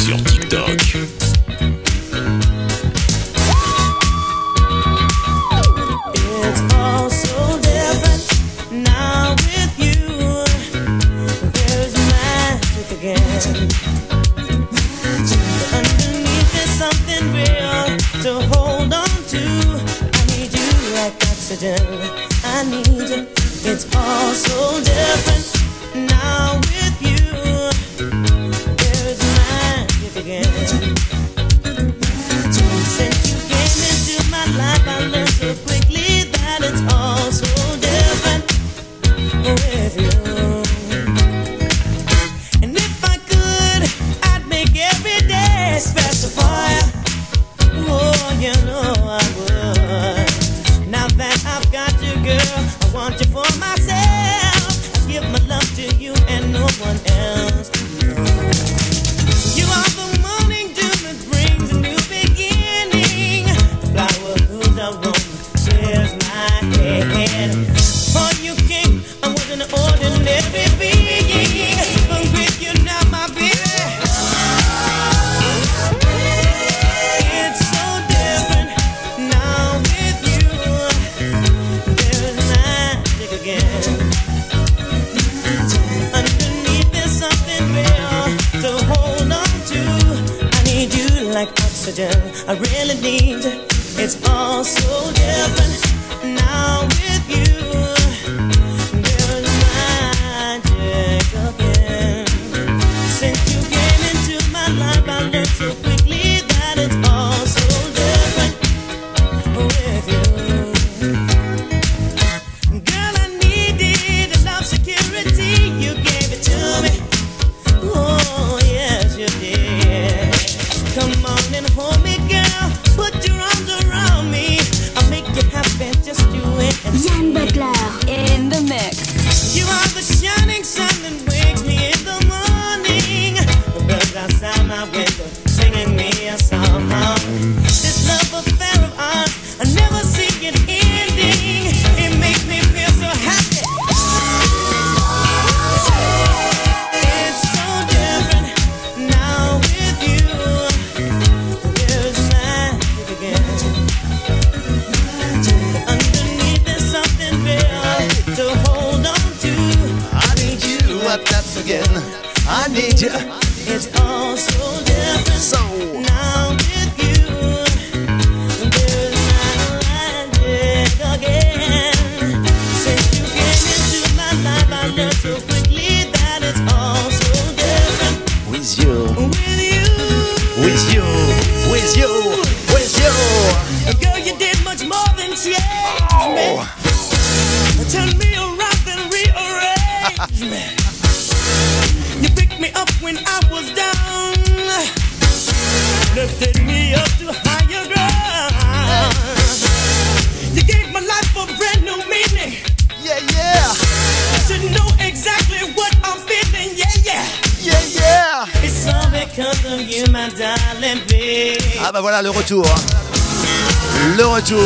sur TikTok. It's all so different now with you. There's magic again. Underneath there's something real to hold on to. I need you like oxygen. I need you. It's all so different now with you. There's magic again. Since you came into my life, I learned so quickly that it's all so different with you. And if I could, I'd make every day special for you. Oh, you know I would. Now that I've got you, girl, I want you for myself. I give my love to you and no one else. You are the morning dew that brings a new beginning. The flower whose aroma clears my head. Before you came, I was an ordinary being, but with you now, my baby, it's so different now with you. There's magic again. Underneath there's something real to hold on to. I need you like oxygen. I really need you. It's all so different now with you. There's magic again. Since you came into my life, I learned so quickly that it's all so different with you. Girl, I needed love security. You gave it to me. Oh, yes, you did. Come on and hold me, girl. Put your arms around me. I'll make you happy, just do it. Yann Butler in the mix. You are the shining sun that wakes me in the morning. The birds outside my window singing me a song. This love affair of ours, I never see it ending. It makes me feel so happy. It's so different now with you. There's magic again. Underneath there's something real to hold on to. I need you, that's again. I need you. It's all so different So now with you. There's magic again. Since you came into my life, I learned so quickly that it's all so different with you, with you. with you, with you, with you. Girl, you did much more than change me. Turn me around and rearrange me. You picked me up when I was down, lifted me up to higher ground. You gave my life a brand new meaning. Yeah, yeah, You should know exactly what I'm feeling. Yeah, yeah. yeah, yeah. It's all because of you, my darling babe. Ah bah voilà le retour. Le retour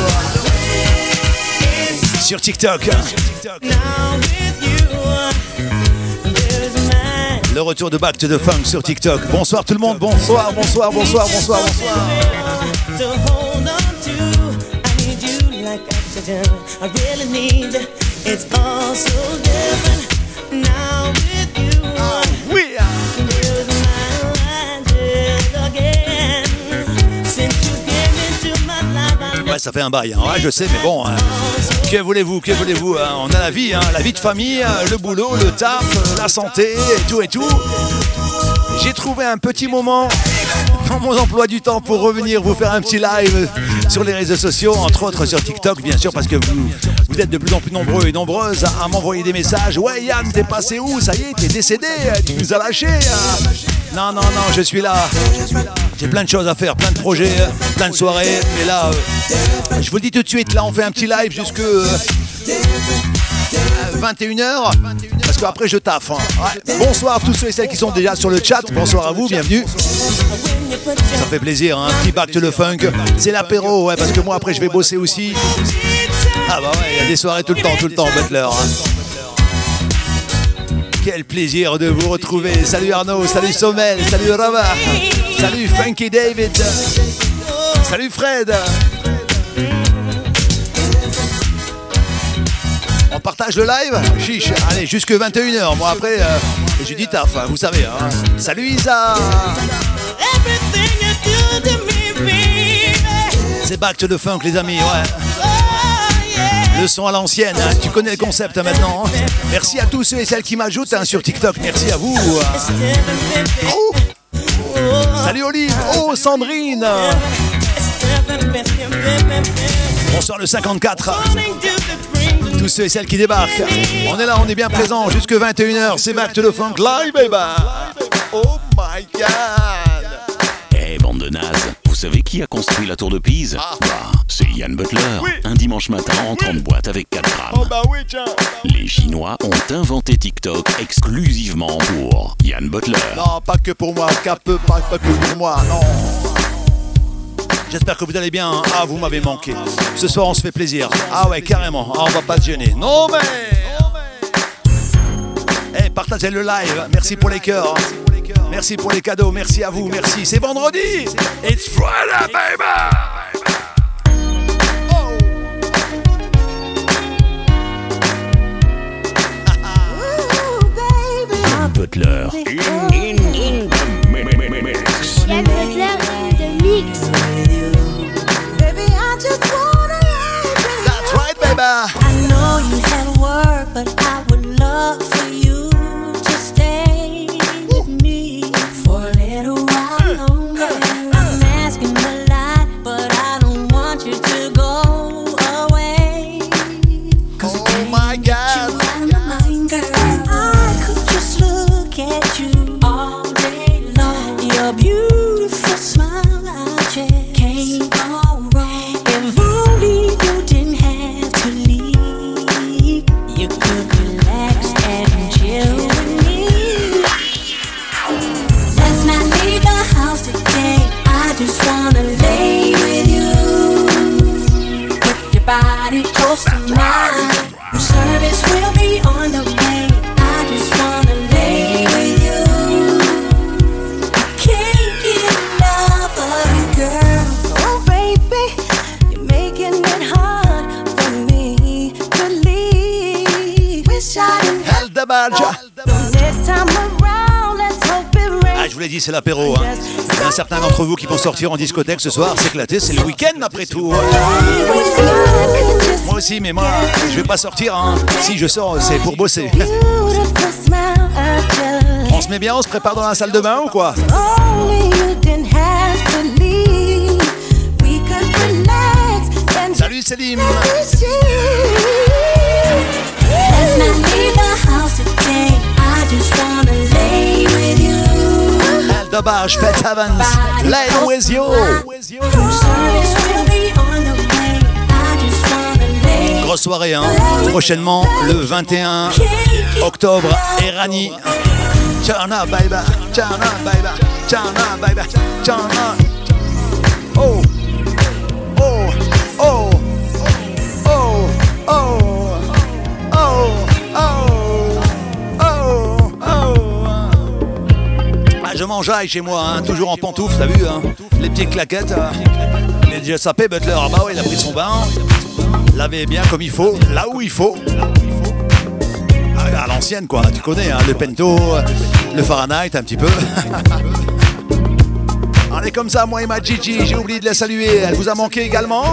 sur TikTok. Now with you, there's magic. Le retour de Back to the Funk sur TikTok. Bonsoir tout le monde, bonsoir, bonsoir, bonsoir, bonsoir, bonsoir. To hold on to, I need you like oxygen. I really need you. It's all so different now with you. Oui. There's magic again. Since you came into my life, I Ouais, ça fait un bail, hein. Ouais, je sais, mais bon, hein. Que voulez-vous, que voulez-vous, hein. On a la vie, hein. La vie de famille, le boulot, le taf, la santé, et tout et tout. J'ai trouvé un petit moment dans mon emploi du temps pour revenir vous faire un petit live sur les réseaux sociaux, entre autres sur TikTok, bien sûr, parce que vous êtes de plus en plus nombreux et nombreuses à m'envoyer des messages. Ouais, Yann, t'es passé où? Ça y est, t'es décédé, tu nous as lâchés. Non, non, non, je suis là. J'ai plein de choses à faire, plein de projets, plein de soirées. Mais là, je vous le dis tout de suite, là, on fait un petit live jusque 21h, parce qu'après je taffe. Hein. Ouais. Bonsoir à tous ceux et celles qui sont déjà sur le chat. Bonsoir à vous, bienvenue. Ça fait plaisir, hein. Un petit back to the funk. C'est l'apéro, ouais, parce que moi après je vais bosser aussi. Ah bah ouais, il y a des soirées tout le temps, Butler. Hein. Quel plaisir de vous retrouver. Salut Arnaud, salut Sommel, salut Rabat. Salut Funky David. Salut Fred. On partage le live? Chiche, allez, jusque 21h. Moi après, j'ai du taf, hein, vous savez. Hein. Salut Isa. C'est back to the funk les amis, ouais. Le son à l'ancienne, hein. Tu connais le concept hein, maintenant. Hein. Merci à tous ceux et celles qui m'ajoutent hein, sur TikTok, merci à vous. Oh. Salut Olive, oh Sandrine. Bonsoir le 54. Tous ceux et celles qui débarquent. On est là, on est bien présents jusque 21h. C'est back to the funk live, baby. Oh my god. Eh, bande de nazes, vous savez qui a construit la tour de Pise? Bah, c'est Ian Butler. Oui. Un dimanche matin rentrant de boîte avec 4 grammes. Oh bah oui, tiens. Les Chinois ont inventé TikTok exclusivement pour Ian Butler. Non, pas que pour moi, pas que pour moi, non. J'espère que vous allez bien. Hein. Ah, vous m'avez manqué. Ce soir, on se fait plaisir. Ah ouais, carrément. Ah, on va pas se gêner. Non mais... Eh, hey, partagez le live. Merci pour les cœurs. Merci pour les cadeaux. Merci à vous. Merci. C'est vendredi. It's Friday, baby. Oh. Butler. In the mix. Ian Butler in the mix. That's right, baby. I know you had work, but I would love for you to stay with me for a little while longer. I'm asking a lot, but I don't want you to go away. Oh my God. You out of my mind, girl. I could just look at you all day long. Your beautiful smile, I just can't go wrong. If only you didn't have to leave, you could relax and chill with me. Let's not leave the house today. I just wanna lay with you. Put your body close to mine. Service will be on the way. I just wanna lay with you. I can't get enough of you, girl. Oh baby, you're making it hard for me to leave. Wish I didn't have Hell the badge. next time around. Let's hope it rains. Ah, je vous l'ai dit, c'est l'apéro. Hein. Il y en a certains d'entre vous qui vont sortir en discothèque ce soir, s'éclater, c'est le week-end après tout. Moi aussi, mais moi, je vais pas sortir. Hein. Si je sors, c'est pour bosser. On se met bien, on se prépare dans la salle de bain ou quoi? Salut Céline. El Dobage, Pet Evans, Lane with you. Grosse soirée, hein. Prochainement, le 21 octobre, Erani. Turn up, baby, turn up, baby, turn up, baby, turn up. Oh, oh, oh, oh, oh, oh, oh, oh, oh. Ah, je m'enjaille chez moi, hein, toujours en pantoufles, t'as vu, hein, les petites claquettes. Il est déjà sapé, Butler. Ah bah ouais, il a pris son bain. Lavé bien comme il faut, là où il faut. À l'ancienne quoi, tu connais, hein, le Pento, le Fahrenheit un petit peu. On est comme ça, moi et ma Gigi, j'ai oublié de la saluer, elle vous a manqué également?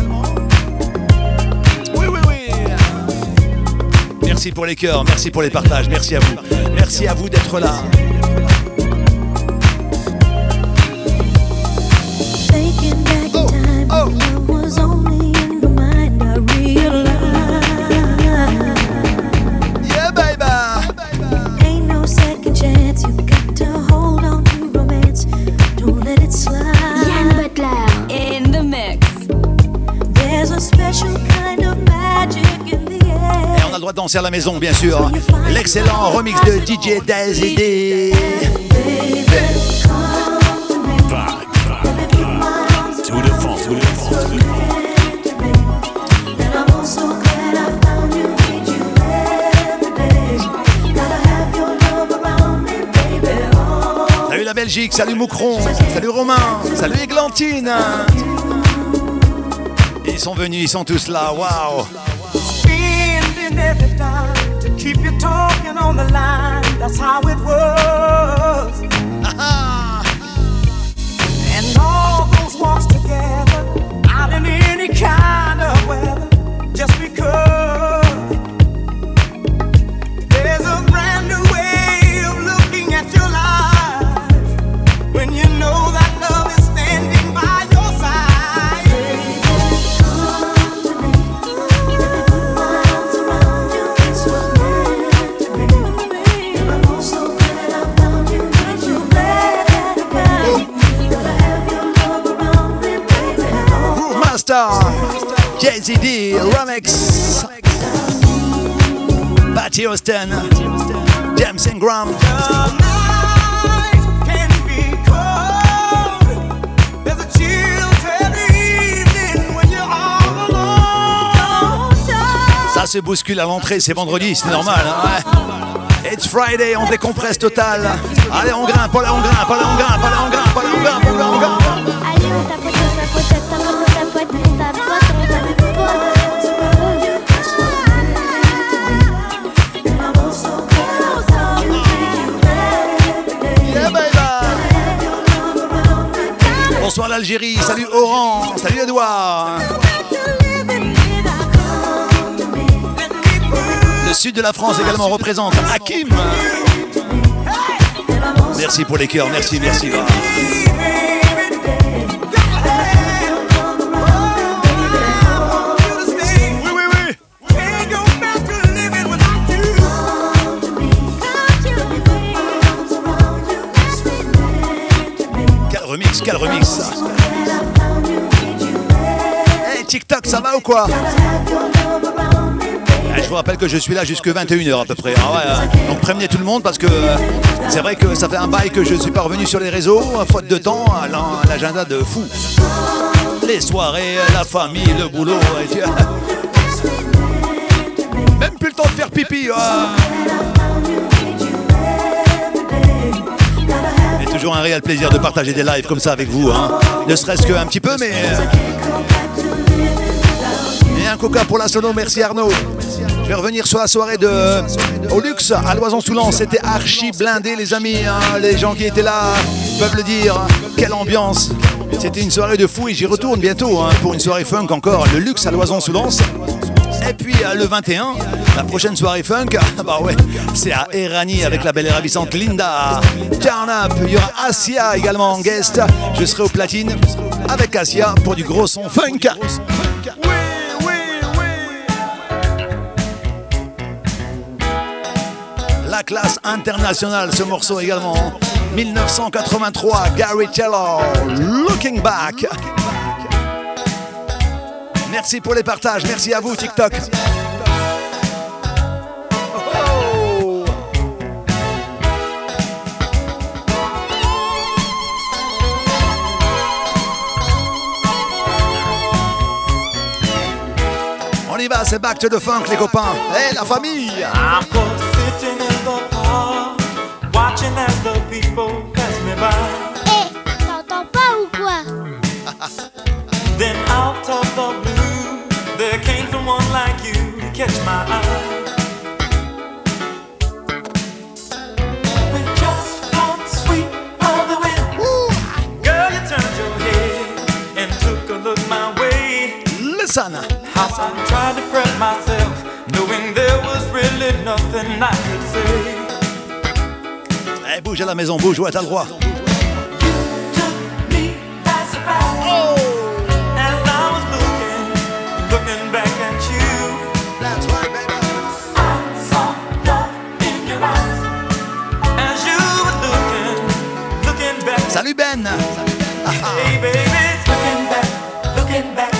Oui, oui, oui. Merci pour les cœurs, merci pour les partages, merci à vous. Merci à vous d'être là. Oh, oh. Ian Butler in the mix. There's a special kind of magic in the air. Et on a le droit de danser à la maison, bien sûr. L'excellent remix de DJ Dazzy. Belgique, salut Moucron, salut Romain, salut Églantine. Ils sont venus, ils sont tous là, waouh. Spending every dime to keep you talking on the line. That's how it was. And all those walks together, out in any kind of weather, just because there's a brand new way of looking at your life when you know that love is standing by your side. JZD Remix, Patty Austin, James Ingram. Ça se bouscule à l'entrée, c'est vendredi, c'est normal. Hein, ouais. It's Friday, on décompresse total. Allez, on grimpe, allez, on grimpe, allez, on grimpe, allez, on grimpe, allez, on grimpe, on grimpe. Allez, on tapote, on tapote, on tapote, on tapote, Yeah, baby. Bonsoir l'Algérie, salut Oran, salut Edouard. Le sud de la France également représente Hakim. Merci pour les cœurs, merci, merci. Quel remix. Hey TikTok, ça va ou quoi? Je vous rappelle que je suis là jusque 21h à peu près. Ah ouais, donc prévenez tout le monde parce que c'est vrai que ça fait un bail que je ne suis pas revenu sur les réseaux, faute de temps, l'agenda de fou. Les soirées, la famille, le boulot. Même plus le temps de faire pipi. C'est toujours un réel plaisir de partager des lives comme ça avec vous. Hein. Ne serait-ce qu'un petit peu, mais... Et un coca pour la sono, merci Arnaud. Je vais revenir sur la soirée au luxe à Loison-sous-Lens. C'était archi blindé les amis, hein. Les gens qui étaient là peuvent le dire. Quelle ambiance. C'était une soirée de fou et j'y retourne bientôt hein, pour une soirée funk encore. Le luxe à Loison-sous-Lens. Et puis le 21, la prochaine soirée funk, bah ouais, c'est à Erani avec la belle et ravissante Linda. Turn up, il y aura Asia également en guest. Je serai au platine avec Asia pour du gros son funk. La classe internationale, ce morceau également. 1983, Gary Taylor, Looking Back. Merci pour les partages, merci à vous TikTok. Oh. On y va, c'est back to the funk les copains. Hey la famille. I'm sitting in the park, watching as the people pass me by. Eh, t'entends pas ou quoi? Then out of the blue, there came someone like you to catch my eye. With just one sweep of the wind, girl, you turned your head and took a look my way. Listen. I tried to prep myself, knowing there was really nothing I could say. Hey, bouge à la maison, bouge, ouais, t'as le droit. Salut Ben. Hey baby, looking back, looking back,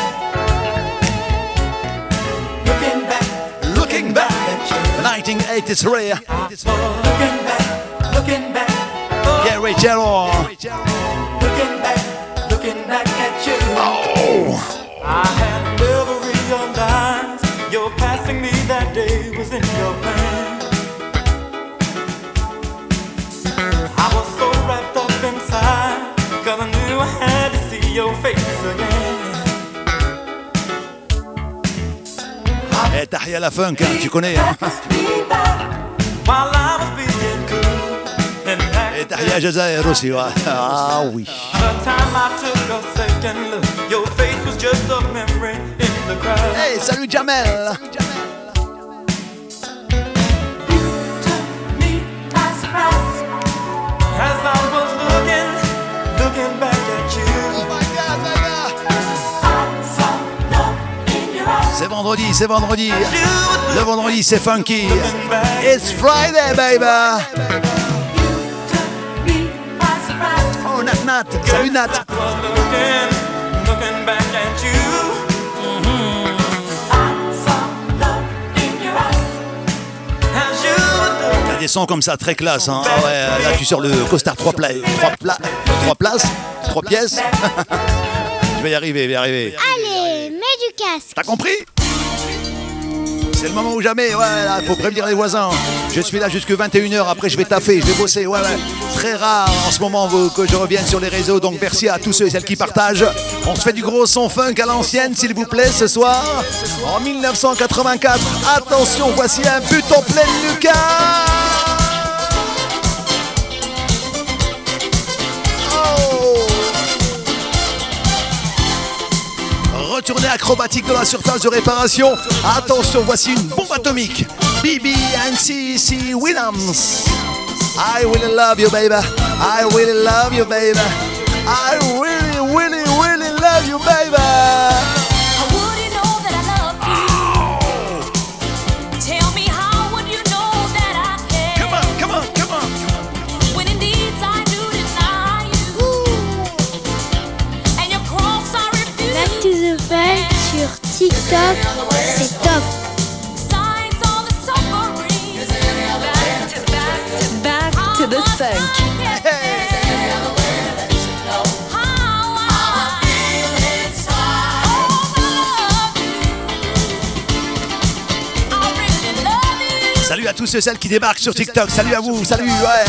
looking back, Looking back. 1983. looking back, looking back, Gary Taylor. looking back at you. Oh. I had never realized your passing me that day was in your plan. I was so wrapped up in see your face again. Eh, Tahia la funk, hein, tu connais. Hein. While I was being cool and Et Tahia Jazair aussi, ouais. Ah oui. the time I took a second look, your face was just a memory in the crowd. Hey, salut Jamel. As I was looking back at you. Oh my God, c'est vendredi, c'est vendredi. Le vendredi, c'est funky. It's Friday, baby. Oh, Nat. Salut Nat. Looking back at you. As you were T'as des sons comme ça, très classe. Hein. Ah ouais, là, tu sors le costard 3 places, 3 pièces. Je vais y arriver, Allez, mets du casque. T'as compris? C'est le moment ou jamais, ouais, là, faut prévenir les voisins. Je suis là jusque 21h, après je vais taffer, je vais bosser, ouais. Très rare en ce moment que je revienne sur les réseaux, donc merci à tous ceux et celles qui partagent. On se fait du gros son funk à l'ancienne, s'il vous plaît, ce soir. En 1984, attention, voici un but en pleine lucarne. Retournée acrobatique dans la surface de réparation. Attention, voici une bombe atomique. BB and CC Williams. I really love you, baby. I really love you, baby. I really, really, really love you, baby. How would you know that I love you? Tell me, how would you know that I care? Come on. When indeed I do deny you. And your cross I refuse. Back to the Funk sur TikTok, c'est top. Signs of the suffering. Back to the funk. Salut à tous ceux et celles qui débarquent sur TikTok. Salut à vous, salut, ouais.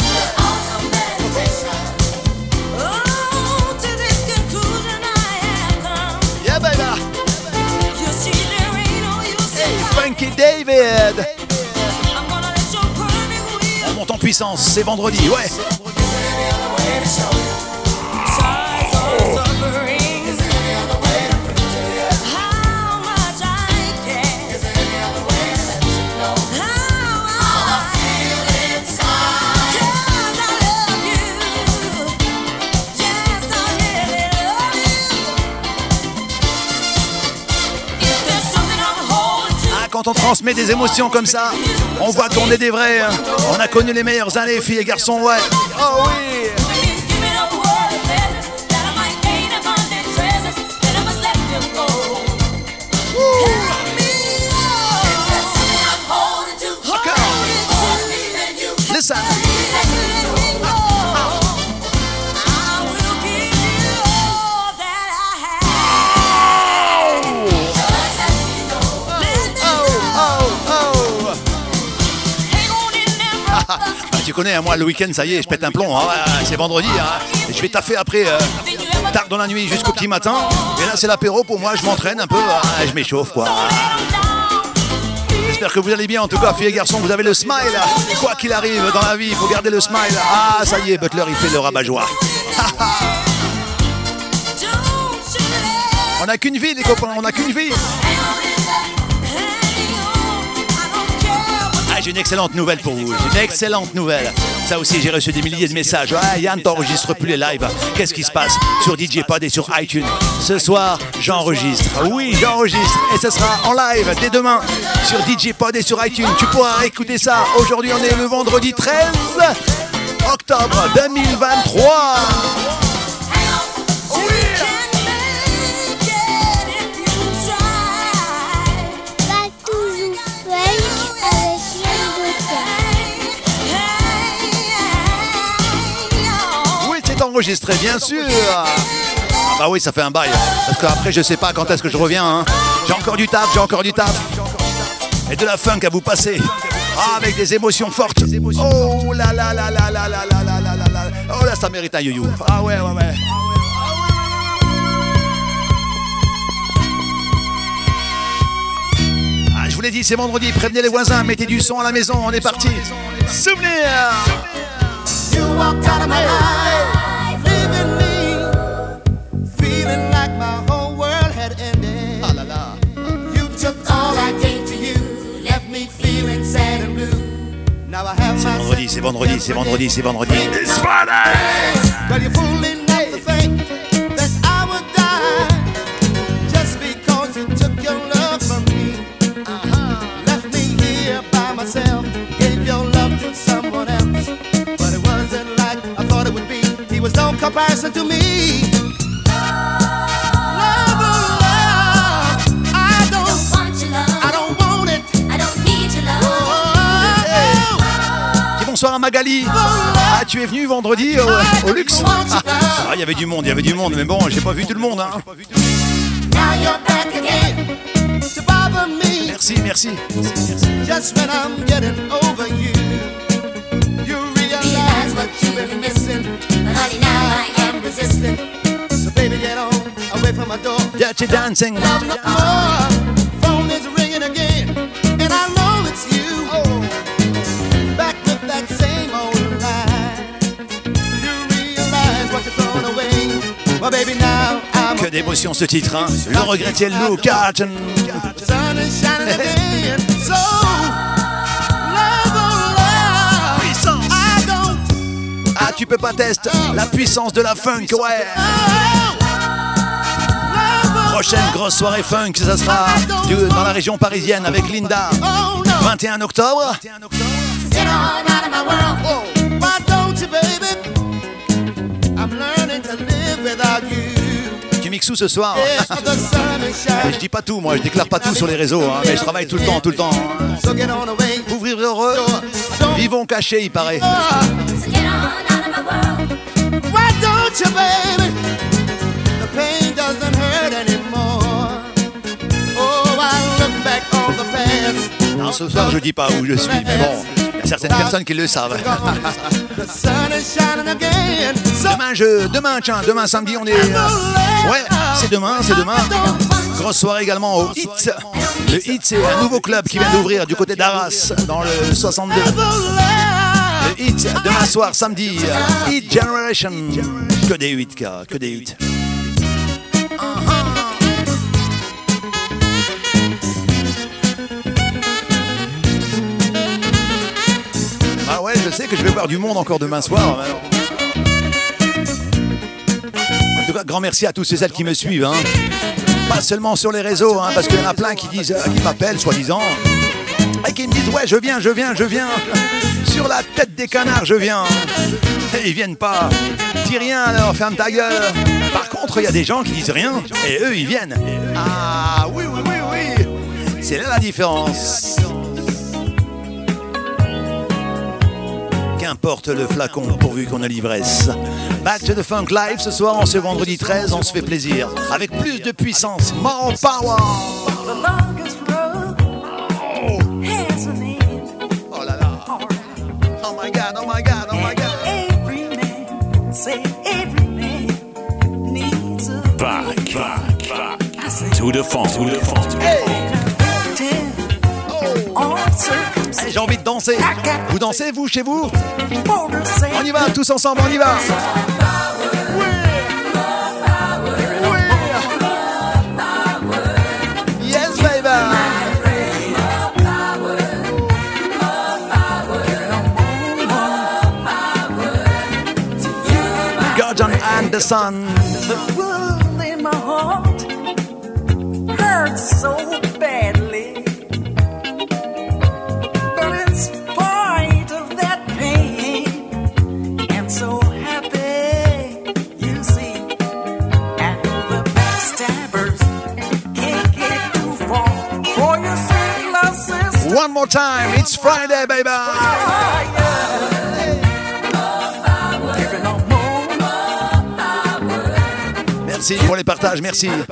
Yeah, baby. Hey, Funky David. On monte en puissance, c'est vendredi, ouais. Quand on transmet des émotions comme ça, on voit qu'on est des vrais. Hein. On a connu les meilleurs années, filles et garçons, ouais. Oh oui. Listen. Tu connais, moi le week-end, ça y est, je pète un plomb. Hein, c'est vendredi, hein, et je vais taffer après tard dans la nuit jusqu'au petit matin. Et là, c'est l'apéro pour moi, je m'entraîne un peu, je m'échauffe quoi. J'espère que vous allez bien, en tout cas, filles et garçons, vous avez le smile. Quoi qu'il arrive dans la vie, il faut garder le smile. Ah, ça y est, Butler, il fait le rabat-joie. On n'a qu'une vie, les copains, on n'a qu'une vie. J'ai une excellente nouvelle pour vous, une excellente nouvelle. Ça aussi, j'ai reçu des milliers de messages. Ah, Yann, t'enregistres plus les lives. Qu'est-ce qui se passe sur DJ Pod et sur iTunes? Ce soir, j'enregistre. Oui, j'enregistre. Et ce sera en live dès demain sur DJ Pod et sur iTunes. Tu pourras écouter ça. Aujourd'hui, on est le vendredi 13 octobre 2023. Enregistré, bien sûr. Ah bah oui, ça fait un bail. Parce qu'après, je sais pas quand est-ce que je reviens. Hein. J'ai encore du taf. Et de la funk à vous passer. Ah, avec des émotions fortes. Oh là là là là là là là là là là là. Oh là, ça mérite un you-you. Ah ouais. vendredi, c'est vendredi. Prévenez les voisins, mettez du son à la maison. On est parti. Souvenir. You walked out of my life, leaving me feeling like my whole world had ended. Ah là là. You took all I gave to you, left me feeling sad and blue. Now I have C'est vendredi, c'est vendredi, c'est vendredi, c'est vendredi. It's Friday. Well, you're fool enough to think that I would die just because you took your love from me. Left me here by myself, gave your love to someone else. But it wasn't like I thought it would be. He was no comparison to me. Love, oh love, I don't want your love. I don't want it. I don't need your love. Dis bonsoir à Magali. Ah, tu es venu vendredi au luxe. Ah, il y avait du monde, mais bon, j'ai pas vu tout le monde. Hein. Now you're back again to bother me. Merci, merci. Just when I'm getting over you, you realize what you've been missing. But honey, now I am resisting. So baby, get on away from my door. Dirty dancing. Love no more. Phone is ringing again, and I know it's you. Back with that same old line. You realize what you're throwing away. Well, baby, now I'm Que d'émotion ce titre, hein. Le regretté Lou Carton. the sun is shining again. So love, oh love, Puissance. I don't. Ah, tu peux pas tester la puissance de la funk, ouais. Prochaine grosse soirée funk, ça sera dans la région parisienne avec Linda. 21 octobre. Get on out of my world. Why don't you, baby? I'm learning to live without you. Tu mixes où ce soir? Yeah, the sun is shining. Je dis pas tout, moi, je déclare pas tout sur les réseaux, hein, mais je travaille tout le temps. So get on away. Vous vivre heureux, vivons cachés, il paraît. So get on out of my world. Why don't you, baby? The pain doesn't hurt anymore. Oh, I look back on the past. Non, ce soir, je dis pas où je suis, mais bon, il y a certaines personnes qui le savent. The sun is shining again. So Demain samedi, on est... Ouais, c'est demain. Grosse soirée également au Hit. Le Hit, c'est un nouveau club qui vient d'ouvrir du côté d'Arras, dans le 62. Le Hit, demain soir, samedi, Hit Generation. Que des 8K, que des 8. Ah ouais, je sais que je vais voir du monde encore demain soir. En tout cas, grand merci à tous et celles qui me suivent. Hein. Pas seulement sur les réseaux, hein, parce qu'il y en a plein qui disent, qui m'appellent, soi-disant, et qui me disent, ouais, je viens. Sur la tête des canards, je viens. Et ils viennent pas. Dis rien alors, ferme ta gueule. Par contre, il y a des gens qui disent rien, et eux, ils viennent. Ah oui. C'est là la différence. Qu'importe le flacon, pourvu qu'on a l'ivresse. Back to the Funk Live, ce soir, en ce vendredi 13, on se fait plaisir. Avec plus de puissance, more power. The longest road has an end. Oh là là. Oh my God. Every man, say every man needs a Back to the funk. on circumstance. Hey, j'ai envie de danser. Vous dansez, vous, chez vous? For the sake On y va, tous ensemble, on y va. Yes, baby. Gordon Anderson. the wound in my heart hurts so badly. But in spite of that pain, I'm so happy, you see. And the backstabbers can't get too far. For your sake, sister. One more time, it's Friday, baby. Giving no more. Merci pour les partages, merci. No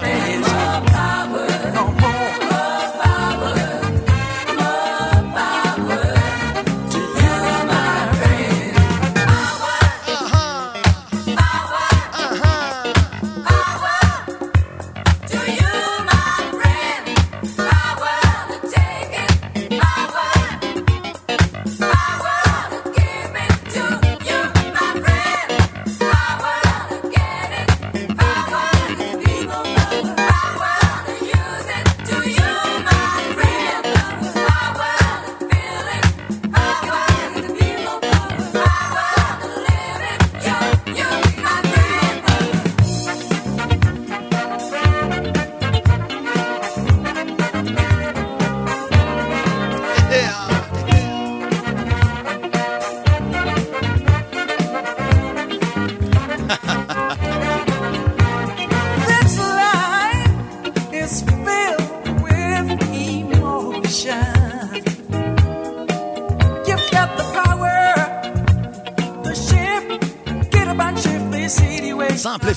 more. Do you, my friend, power to take it?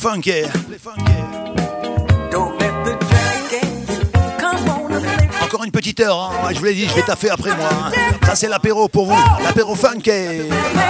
funky. Encore une petite heure, hein. Je vous l'ai dit, je vais taffer après moi. Hein. Ça c'est l'apéro pour vous, l'apéro funky.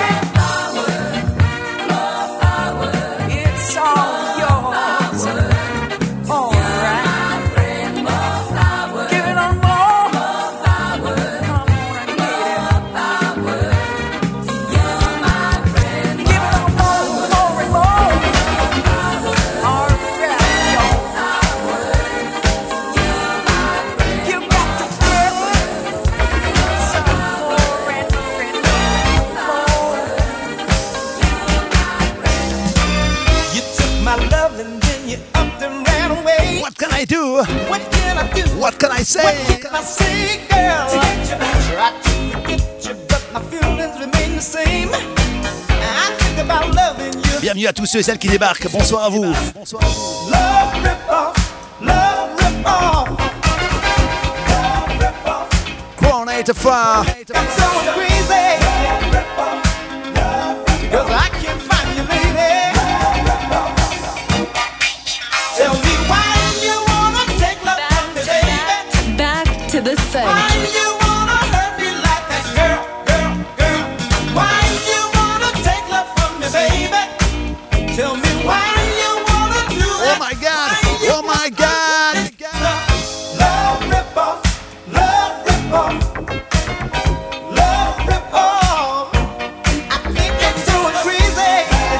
What can I say? What can I say, girl? Try to forget you, but my feelings remain the same. I think about loving you. Bienvenue à tous ceux et celles qui débarquent. Bonsoir à vous. Bonsoir à vous. Love rip off, love rip off, love rip off. Coronate Fire. I'm so crazy. Love rip off, love rip off. Because I can't find you, lady. Love rip off. Tell me why you wanna take love from me, baby. Back to the funk. Why you wanna hurt me like that, girl, girl, girl? Why you wanna take love from me, baby? Tell me why you wanna do that. Oh my God! Oh my God! Love rip off, love rip off, love rip off. I think it's so crazy.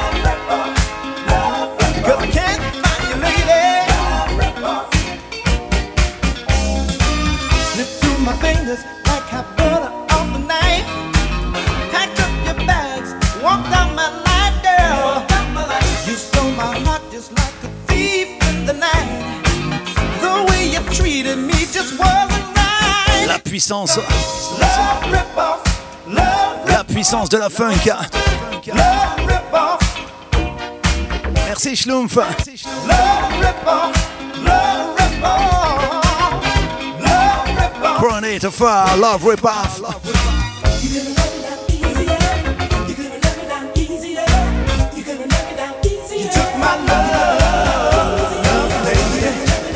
Cause I can't find you, lady. Slip through my fingers like hot butter off a knife. Packed up your bags, walked out my life, girl. You stole my heart just like a thief in the night. The way you treated me just wasn't right. La puissance. Love rip off, love La puissance de la funk. love rip off, Merci Schlumpf. love rip off, love rip off, love rip off. Coronate Fire. Love Rip Off. You took my love, baby.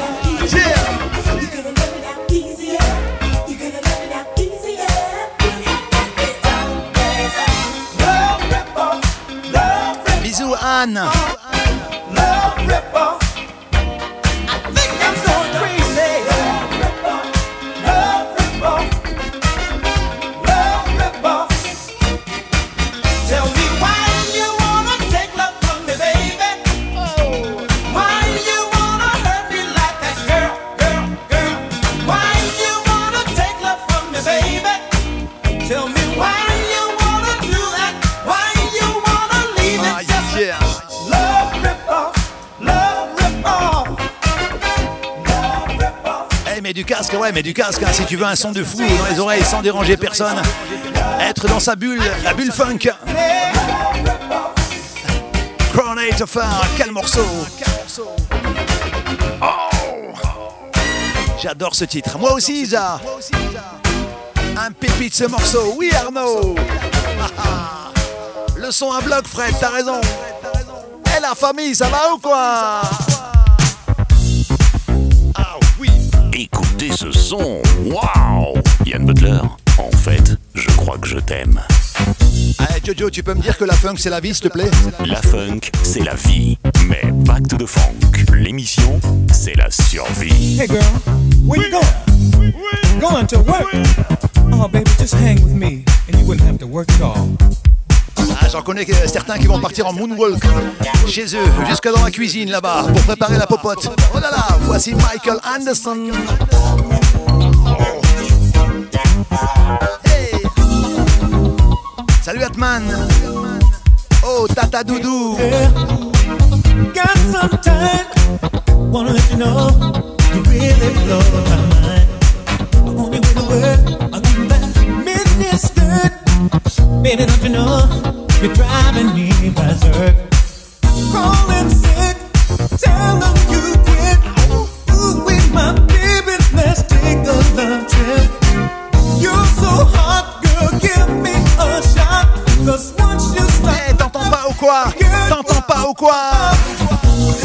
Love rip off, love rip Bisous Anne. love rip off. I think I'm going crazy. Love rip off, love rip off, love rip off. Tell me why you wanna take love from me, baby? Why you wanna hurt me like that, girl, girl, girl? Why you wanna take love from me, baby? Tell me why you wanna do that? Why you wanna leave Ah, it just yeah. love rip off, love rip off, love rip off. Eh, mets du casque, ouais, mets du casque. Hein, si tu veux un son de fou dans les oreilles sans déranger personne. Être dans sa bulle, la bulle funk. Coronate Fire. Quel morceau. Oh, j'adore ce titre. Moi aussi, Isa. Un pépite ce morceau. Oui, Arnaud. Le son à bloc, Fred, t'as raison. Et la famille, ça va ou quoi? Ah oui. Écoutez ce son, waouh! Yann Butler, en fait, je crois que je t'aime. Allez, Jojo, tu peux me dire que la funk, c'est la vie, s'il te plaît? La funk, c'est la vie, mais back to the funk. L'émission, c'est la survie. Hey girl, where you going? Going to work? Oh baby, just hang with me and you wouldn't have to work at all. Ah, j'en connais certains qui vont partir en moonwalk chez eux, jusque dans la cuisine là-bas, pour préparer la popote. Oh là là, voici Michael Anderson. Hey. Salut Atman. Oh, Tata Doudou. Got some time, wanna let you know you really blow my mind. I want you with the word, I'll give you that midnight skirt. Baby, don't you know you're driving me berserk? Calling sick, tell them you quit. Ooh, with my baby, let's take a love trip. You're so hot, girl, give me a shot. 'Cause once you start, Hey, t'entends pas ou quoi? T'entends pas ou quoi?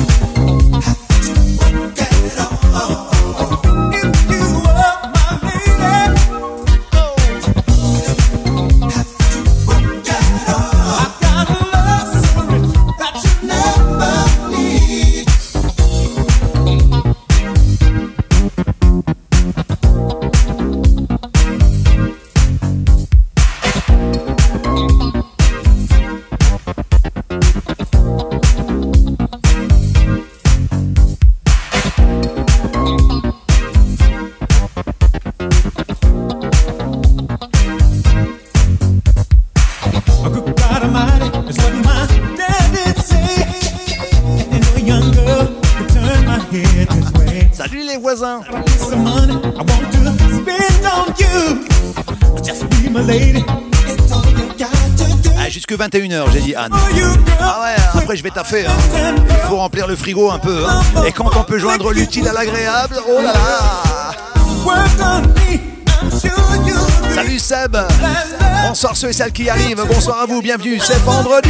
Salut les voisins. Some money I want to spend on you. Just be my lady. It's all you got to do. Ah, jusque 21h, j'ai dit Anne. For you, girl. Ah ouais, après je vais taffer. Hein. Il faut remplir le frigo un peu. Hein. Et quand on peut joindre l'utile à l'agréable, oh là là. Work on me. I'm sure you'll agree. Salut Seb. Bonsoir ceux et celles qui arrivent. Bonsoir à vous, bienvenue. C'est vendredi.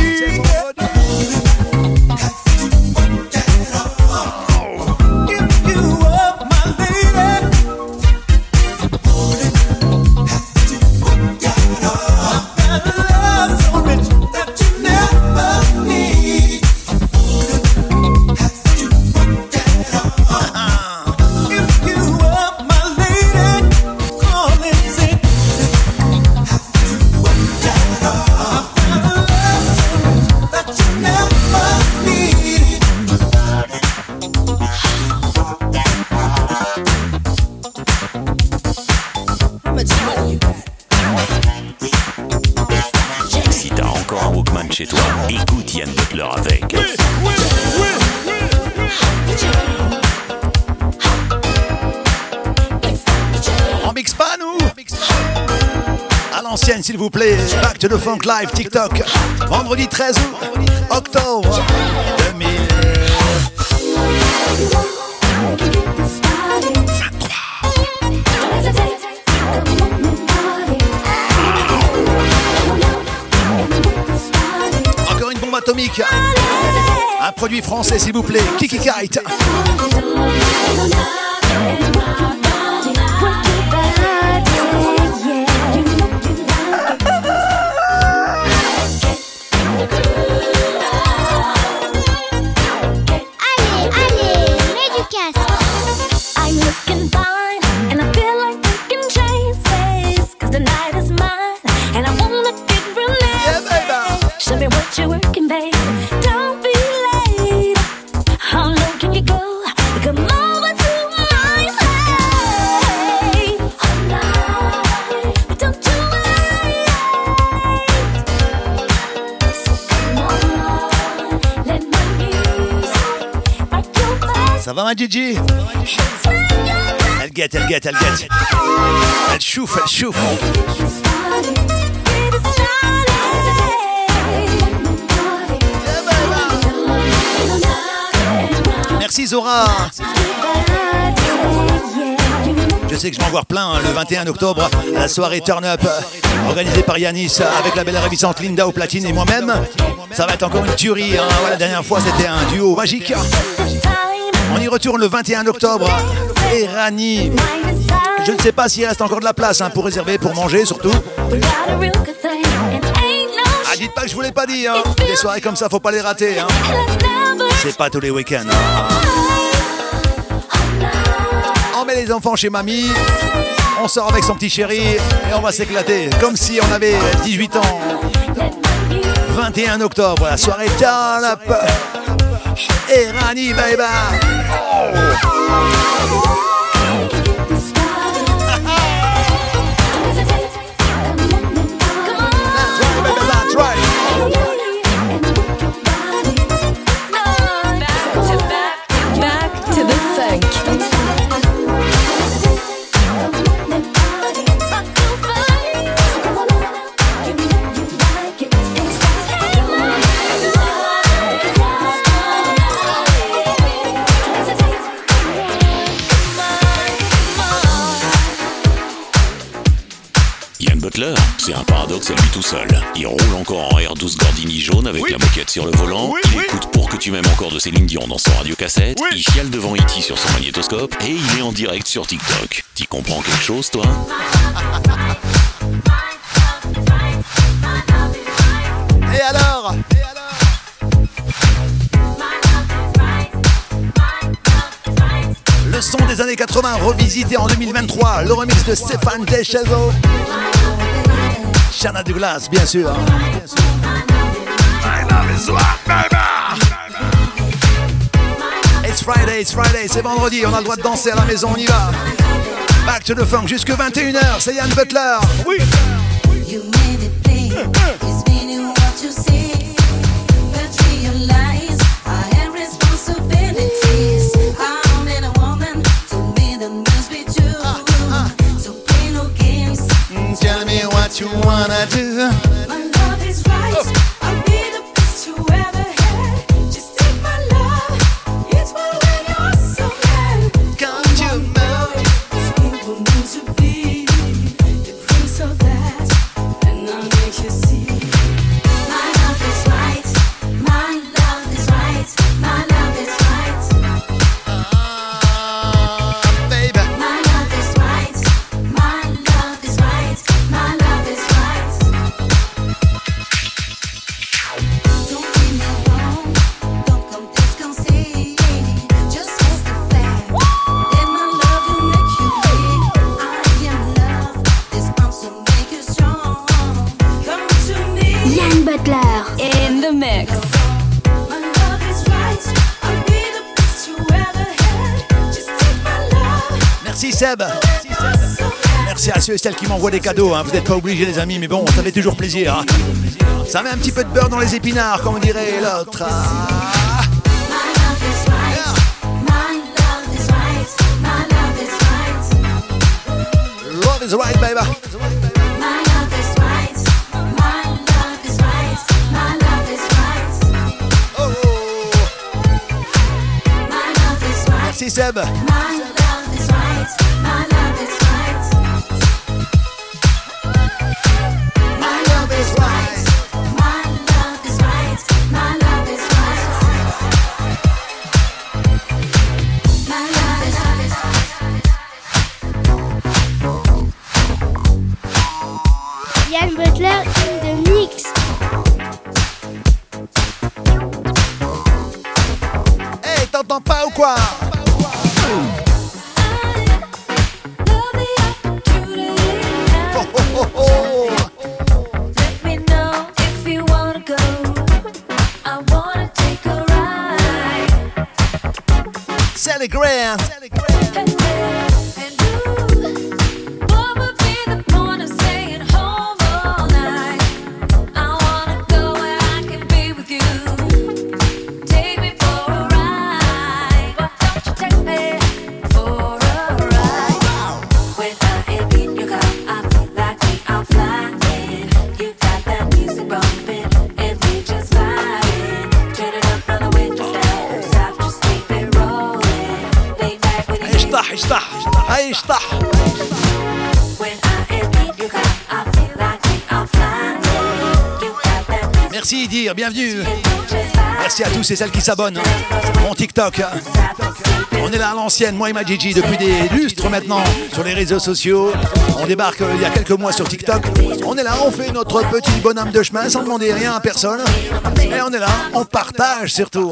Si t'as encore un Walkman chez toi, écoute Yann Butler avec. En mix pas nous. À l'ancienne s'il vous plaît. Back to the Funk Live TikTok. Vendredi 13 octobre 2000. Encore une bombe atomique. Un produit français s'il vous plaît. Kiki Kite. I'm looking fine, and I feel like taking chances. 'Cause the night is mine, and I wanna get real nasty. Show me what you're working, babe. Don't be late. How low can you go? Come over to my place. Don't you wait. So come on, let my music rock your body. Ça va ma Gigi? Elle guette. Elle chauffe. Merci Zora. Je sais que je vais en voir plein le 21 octobre à la soirée Turn Up organisée par Yanis avec la belle ravissante Linda au platine et moi-même. Ça va être encore une tuerie. Hein. Ouais, la dernière fois c'était un duo magique. On y retourne le 21 octobre. Et Rani, je ne sais pas s'il reste encore de la place hein, pour réserver, pour manger surtout. Ah, dites pas que je vous l'ai pas dit. Hein. Des soirées comme ça, faut pas les rater. Hein. C'est pas tous les week-ends. Hein. On met les enfants chez mamie. On sort avec son petit chéri et on va s'éclater comme si on avait 18 ans. 21 octobre, la soirée Turn Up. Et Rani, baby. That's right. Back to the funk. Butler, c'est un paradoxe à lui tout seul. Il roule encore en R12 Gordini jaune avec la moquette sur le volant. Il écoute Pour que tu m'aimes encore de Céline Dion dans son radiocassette. Il chiale devant E.T. sur son magnétoscope. Et il est en direct sur TikTok. T'y comprends quelque chose, toi? Et alors? Le son des années 80 revisité en 2023. Le remix de Stéphane Deschezo. Shanna Douglas, bien sûr. It's Friday, c'est vendredi, on a le droit de danser à la maison, on y va. Back to the funk jusque 21h, c'est Yann Butler. Oui. You made it plain, it's meaning what you say. But realize I have responsibilities. I'm in a woman Merci Seb. Merci à ceux et celles qui m'envoient des cadeaux. Hein. Vous n'êtes pas obligés les amis, mais bon, ça fait toujours plaisir. Hein. Ça met un petit peu de beurre dans les épinards, comme dirait l'autre. Love is right, baby. Merci Seb. Yann Butler in the mix. Hey, t'entends pas ou quoi? Grand. Merci Dir, bienvenue. Merci à tous et celles qui s'abonnent. Mon TikTok. On est là à l'ancienne, moi et ma Gigi, depuis des lustres maintenant sur les réseaux sociaux. On débarque il y a quelques mois sur TikTok. On est là, on fait notre petit bonhomme de chemin sans demander rien à personne. Et on est là, on partage surtout.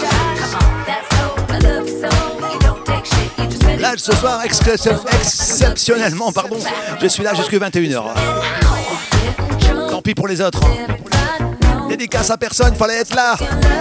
Là, ce soir, exceptionnellement, pardon, je suis là jusqu'à 21h. Tant pis pour les autres. Dédicace à personne, fallait être là.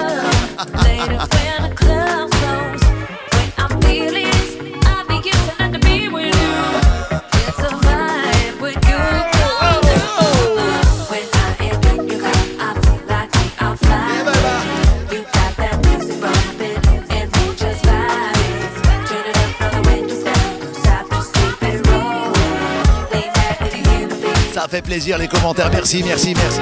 Ça fait plaisir les commentaires, merci, merci, merci.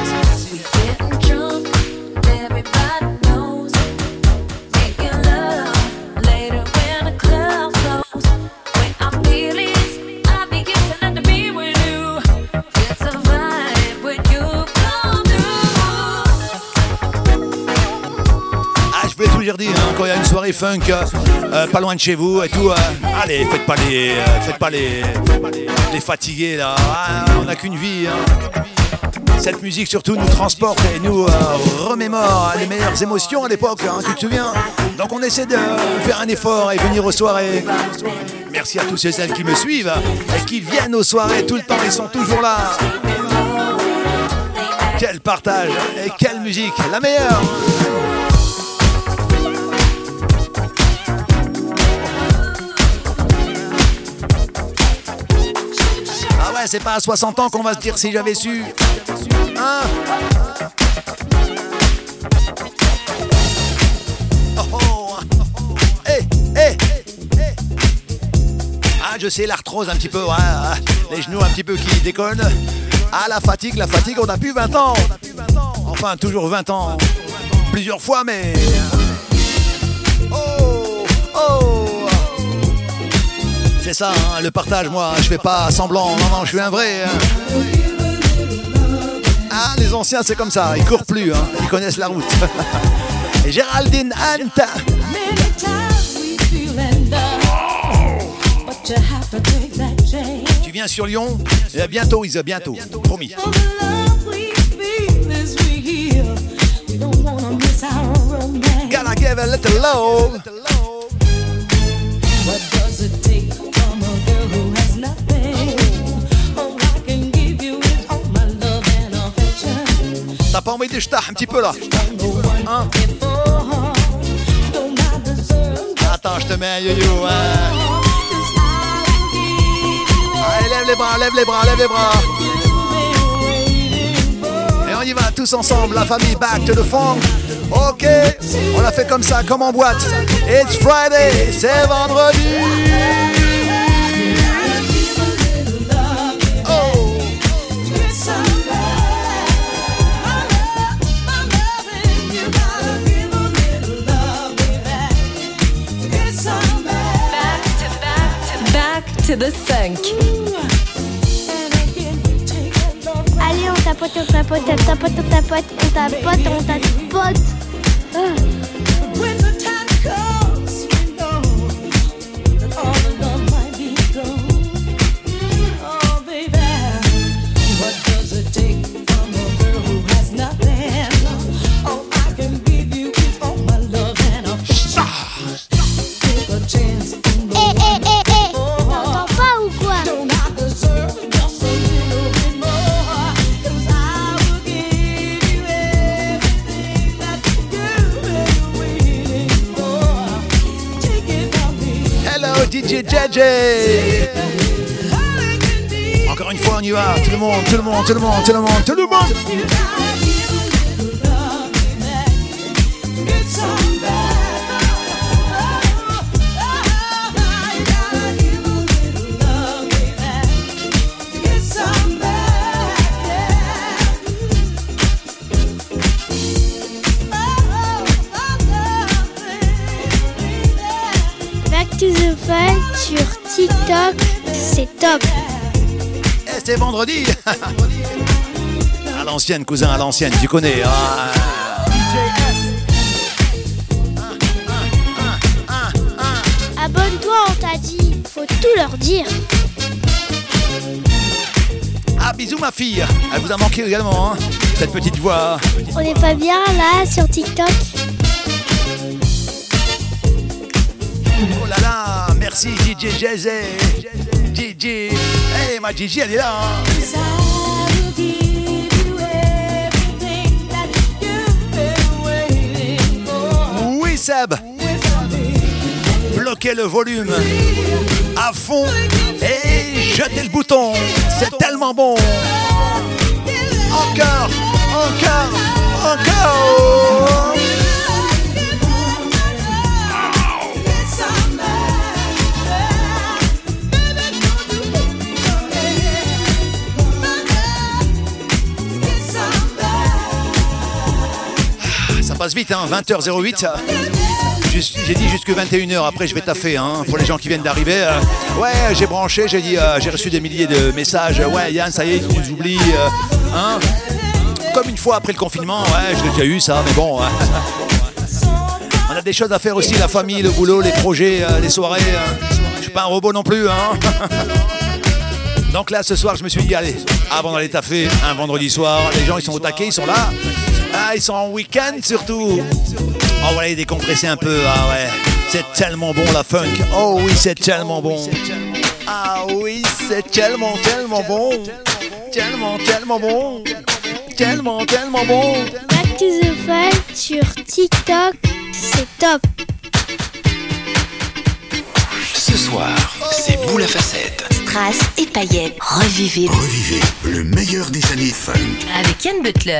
Dire hein, quand il y a une soirée funk pas loin de chez vous et tout, allez, faites pas les fatigués là, on n'a qu'une vie. Hein. Cette musique surtout nous transporte et nous remémore les meilleures émotions à l'époque, hein, tu te souviens? Donc on essaie de faire un effort et venir aux soirées. Merci à tous ceux et celles qui me suivent et qui viennent aux soirées tout le temps, ils sont toujours là. Quel partage et quelle musique, la meilleure. C'est pas à 60 ans qu'on va se dire si j'avais su. Hein? Oh oh. Hey, hey. Ah, je sais, l'arthrose un petit peu, hein. Les genoux un petit peu qui décollent. Ah, la fatigue, on a plus 20 ans. Enfin, toujours 20 ans. Plusieurs fois, mais... Oh, oh. C'est ça, hein, le partage, moi, je fais pas semblant, non, je suis un vrai. Hein. Ah, les anciens, c'est comme ça, ils courent plus, hein, ils connaissent la route. Et Géraldine Anta. Tu viens sur Lyon? Bientôt, Isa, bientôt, promis. Gotta give a little love. What does it take from a girl who has nothing? Oh, I can give you all my love and affection. T'as pas envie de jeter un petit peu là? Hein? Attends, je te mets un yo-yo. Hein? lève les bras, lève les bras. Et on y va tous ensemble, la famille Back to the Funk. Ok, on l'a fait comme ça, comme en boîte. It's Friday, c'est vendredi. To the funk. Allez, on tapote, on tapote, on tapote, on tapote, on tapote, on tapote. When the time comes, we know that all the love might be gone. Oh, baby, what does it take from a girl who has nothing? All I can give you is all my love and affection. Take a chance. T'entends pas ou quoi? Don't I deserve just a little bit more? 'Cause I will give you everything that you've been waiting for. Take it from me. Hello DJ JJ. Encore une fois on y va, tout le monde, tout le monde, tout le monde, tout le monde, tout le monde. Back to the Fun sur TikTok, c'est top. Et c'est vendredi. À l'ancienne, cousin, à l'ancienne, tu connais. Abonne-toi, on t'a dit. Faut tout leur dire. Ah, bisous ma fille. Elle vous a manqué également, hein, cette petite voix. On n'est pas bien là sur TikTok. Oh là là, merci DJ JJ. DJ. Hey, ma Gigi, elle est là. Hein. Oui, Seb. Bloquez le volume à fond et jetez le bouton. C'est tellement bon. Encore, encore, encore. Ça passe vite, hein, 20h08. J'ai dit jusque 21h, après je vais taffer, hein, pour les gens qui viennent d'arriver. Ouais, j'ai branché, j'ai dit, j'ai reçu des milliers de messages. Ouais, Yann, ça y est, tu nous oublies. Hein. Comme une fois après le confinement, ouais, je l'ai déjà eu ça, mais bon. On a des choses à faire aussi, la famille, le boulot, les projets, les soirées. Je suis pas un robot non plus, hein. Donc là, ce soir, je me suis dit, allez, avant d'aller taffer, un vendredi soir, les gens, ils sont au taquet, ils sont là. Ah, ils sont en week-end surtout. Oh voilà, décompresser un peu. Ah ouais, c'est tellement bon la funk. Oh oui, c'est tellement bon. Ah oui, c'est tellement, tellement bon. Tellement, tellement bon. Tellement, tellement bon. Back to the Fun sur TikTok, c'est top. Ce soir, c'est Boule à facettes. Strass et paillettes. Revivez le meilleur des années funk. avec Yann Butler.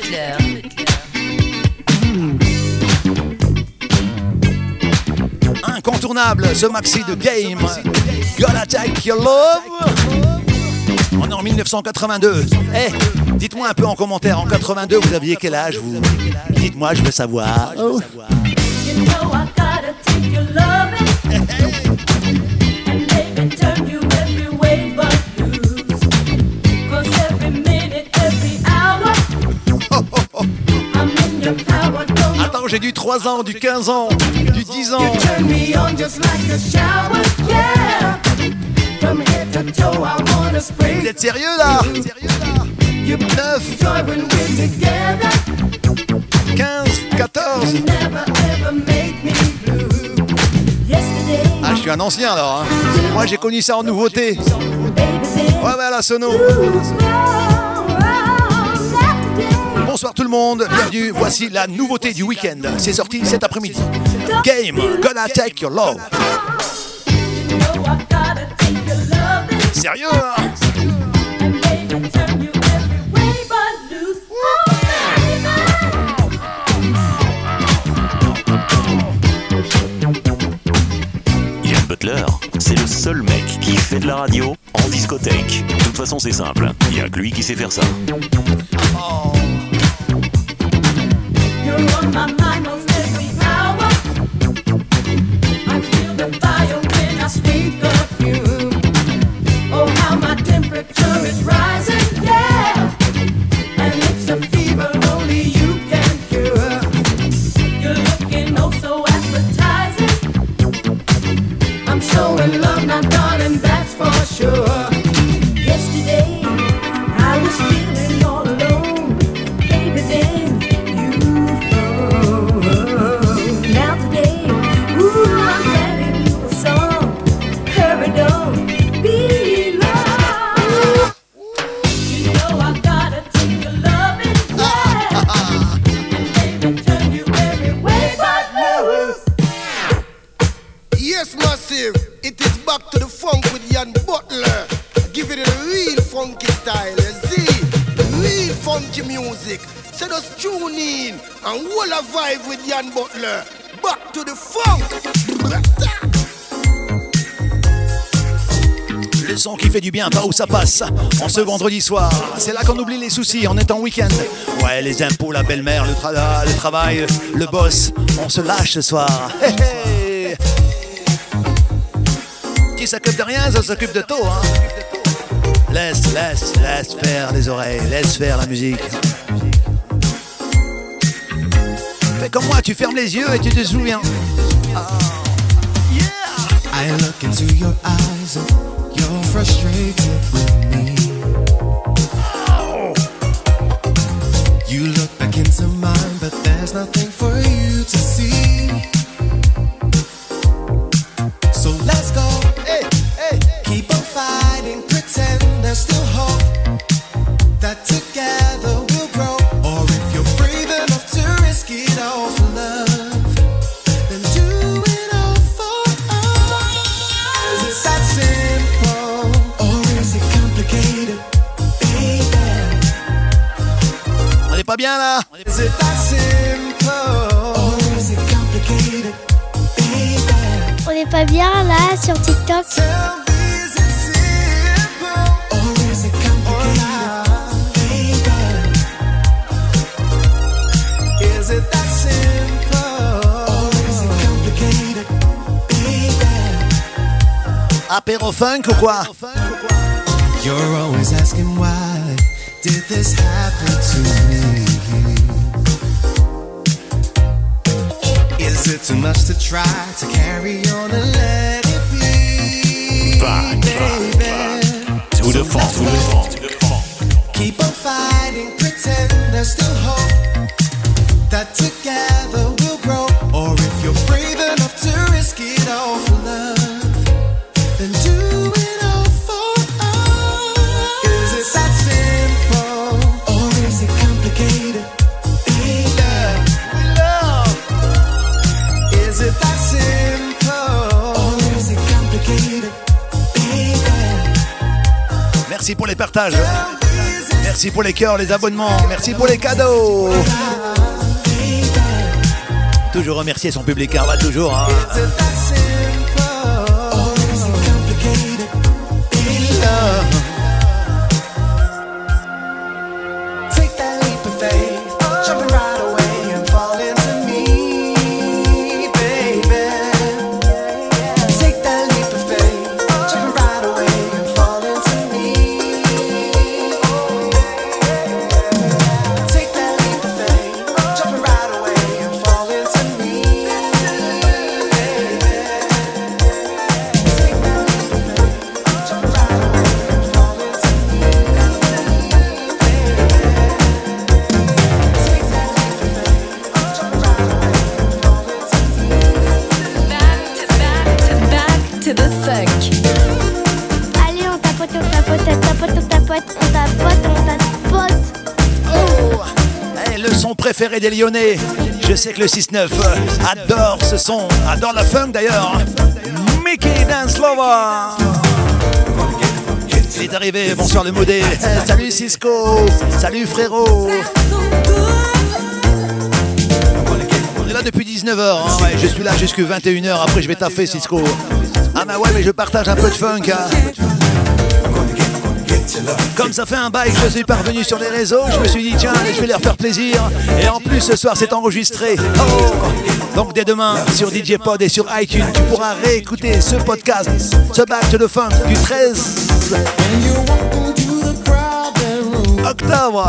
Incontournable, ce maxi de Game. Gonna Take Your Love. On est en 1982. Eh, dites-moi un peu en commentaire, en 82, vous aviez quel âge vous? Dites-moi, je veux savoir. Oh. You know I gotta take your loving and make it turn you every way but loose. 'Cause every minute, every hour, I'm in your power. Don't Attends, j'ai du 3 ans, du 15 ans, du 10 ans. you turn me on just like a shower, yeah. From head to toe, I wanna spray. Vous êtes sérieux là? You 9, joy when we're together. 15, 14. Never ever make me blue. Yesterday, Ah, je suis un ancien alors. Hein. Moi, j'ai connu ça en nouveauté. baby, Ouais, à la sono. Bonsoir tout le monde, bienvenue. Voici la nouveauté du week-end. C'est sorti cet après-midi. Game, Gonna Take Your Love. Sérieux hein? Butler, c'est le seul mec qui fait de la radio en discothèque. De toute façon, c'est simple, il y a que lui qui sait faire ça. Oh. You're on my mind most every hour. I feel the fire when I speak of you. Oh, how my temperature is rising, yeah. And it's a fever only you can cure. You're looking oh so appetizing. I'm so in love now, darling, that's for sure. Yesterday, I was feeling all alone. Baby, then you phone. Now today, ooh, I'm writing you a song. Hurry, don't be long. You know I gotta take your loving, yeah. And baby, turn you every way but loose. Yes, massive. It is back to the funk with Jan Butler. Give it a real funky style, you see? Real funky music. So just tune in and hold a vibe with Jan Butler. Back to the funk. Le son qui fait du bien, pas où ça passe. En ce vendredi soir, c'est là qu'on oublie les soucis, on est en week-end. Ouais, les impôts, la belle-mère, le travail, le boss, on se lâche ce soir. Hey, hey. Qui s'occupe de rien, ça s'occupe de tout, hein. Laisse faire les oreilles, laisse faire la musique. Fais comme moi, tu fermes les yeux et tu te souviens. I look into your eyes and you're frustrated with me. You look back into mine, but there's nothing for you to see. So let's go, keep on fighting, pretend there's still hope that together we'll grow. Or if you're brave enough to risk it all for love, then do it all for us. Is it that simple, or is it complicated, baby? On n'est pas bien là. Is it that simple, or is it complicated, baby? On n'est pas bien là sur TikTok. Tell me, is it simple, or is it complicated, baby? Is it that simple, or is it complicated, baby? Apéro funk ou quoi? You're always asking why did this happen to me? Is it too much to try to carry on and let it be? Back, baby. To the funk. Keep on fighting, pretend there's still hope that together we'll grow. Or if you're brave enough to risk it all for love, then do it all for us. Is it that simple, or is it complicated, baby? Is it that simple, or is it complicated, baby? Merci pour les partages. Merci pour les cœurs, les abonnements. Merci pour les cadeaux. Toujours remercier son public, hein, va toujours. Hein. Is it that simple, or is it complicated, baby? Take that leap of faith, jumping right away and fall into me, baby. Take that leap of faith, jumping right away and fall into me. Take that leap of faith, jumping right away and fall into me, baby. Take that leap of faith, jumping right away and fall into me, Back to the funk. Allez, on tapote, on tapote, on tapote, on tapote, on tapote, on tapote. Oh, hey, le son préféré des Lyonnais. Je sais que le 6-9 adore ce son, adore la funk d'ailleurs. Mickey Dance Lover. Il est arrivé, bonsoir le modé. Salut Cisco, salut frérot. On est là depuis 19h, hein. Ouais, je suis là jusqu'à 21h, après je vais taffer Cisco. À bah ouais, mais je partage un peu de funk. Comme ça fait un bail que je suis parvenu sur les réseaux, je me suis dit tiens, je vais leur faire plaisir. Et en plus ce soir c'est enregistré. Oh, donc dès demain sur DJ Pod et sur iTunes, tu pourras réécouter ce podcast, ce Back to the Funk du 13 octobre.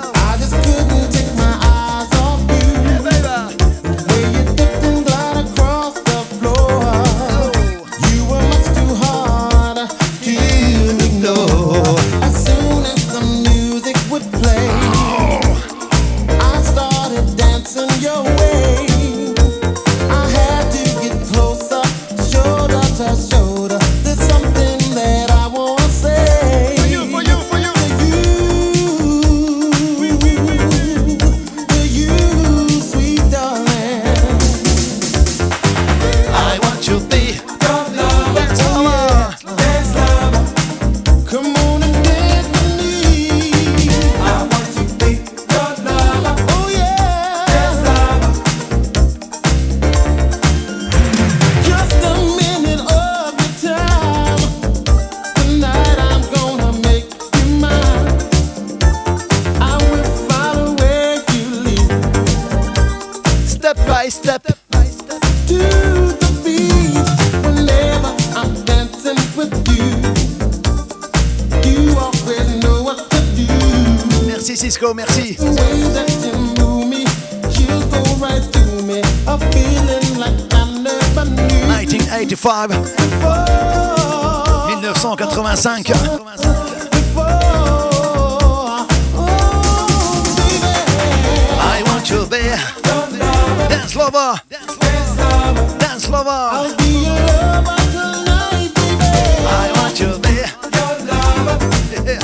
Cisco, merci. 1985. 1985. I want you there. Dance lover. Dance lover. I want you there. Yeah.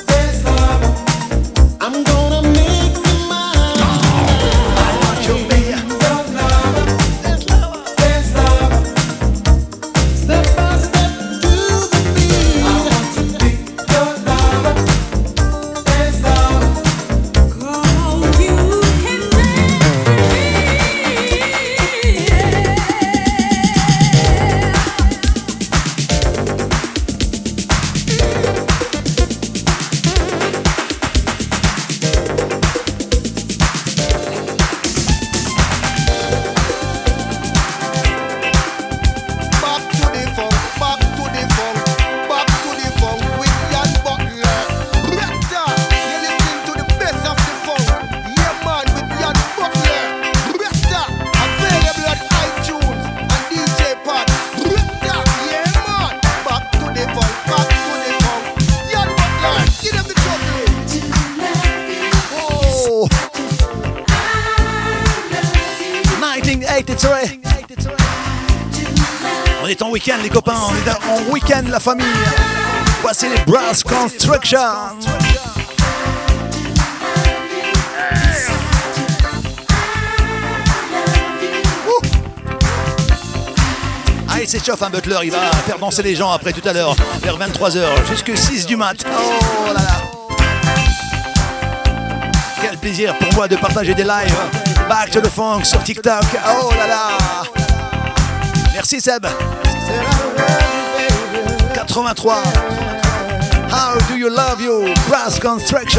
I'm gonna make you mine. I want you there. Dance lover. Dance lover. Step by step to the beat. I want to be your lover. Dance lover. 'Cause you can make On est en week-end les copains, on est en week-end la famille. Voici les Brass Construction. Ah il s'échauffe un Butler, il va faire danser les gens après tout à l'heure, vers 23h, jusque 6 du mat. Oh là là. Quel plaisir pour moi de partager des lives. Back to the Funk sur TikTok. Oh là là. Merci Seb. 83. How do you love you? Brass Construction.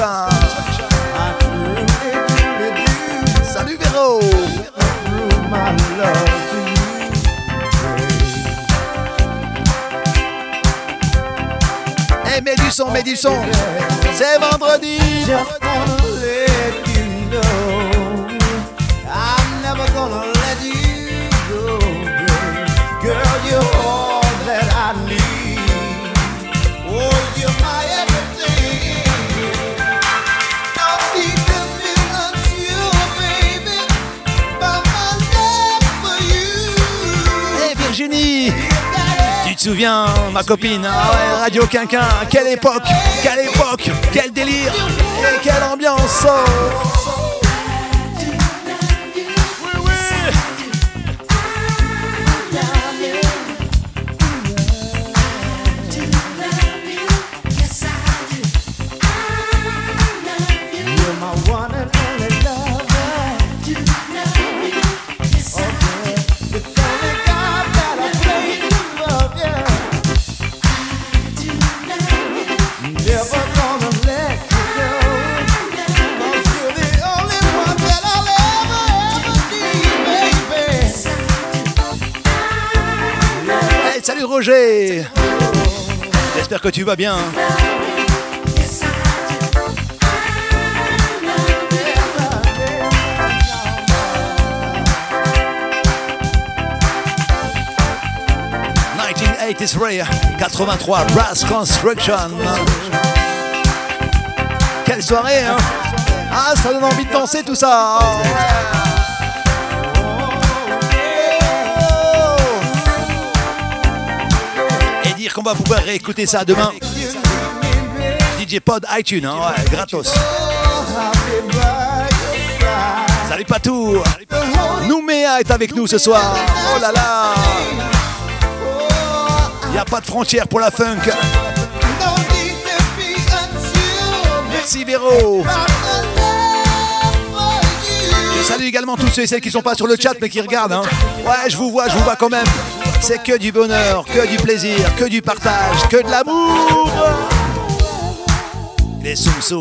Salut Véro. Hey, mets du son, mets du son. C'est vendredi. I'm never gonna let you go, girl, you're all that I need. Oh, you're my everything. I'll be different to you, baby, by my love for you. Hey Virginie, tu te souviens, ma copine, ah ouais, Radio Quinquin, quelle époque, quel délire et quelle ambiance. Yeah. Salut Roger. J'espère que tu vas bien. It's Ray 83 Brass Construction. Quelle soirée, hein? Ah, ça donne envie de danser tout ça. Et dire qu'on va pouvoir réécouter ça demain. DJ Pod iTunes, hein, ouais, gratos. Salut Patou. Nouméa est avec nous ce soir. Oh là là. Y a pas de frontières pour la funk. Merci Véro. Je salue également tous ceux et celles qui sont pas sur le chat mais qui regardent. Hein. Ouais, je vous vois quand même. C'est que du bonheur, que du plaisir, que du partage, que de l'amour. Les soum soum.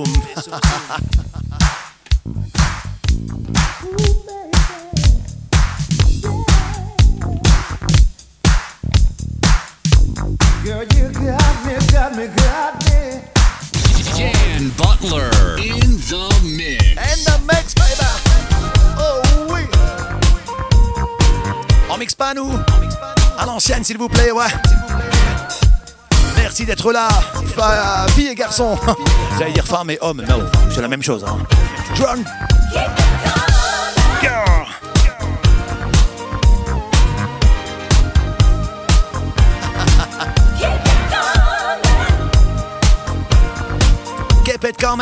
Jan Butler in the mix. In the mix, baby. Oh oui. On mixe pas nous. À l'ancienne, s'il vous plaît, ouais. Merci d'être là, filles et garçons. J'allais dire femmes et hommes, non, c'est la même chose. Hein. John. Keep it coming.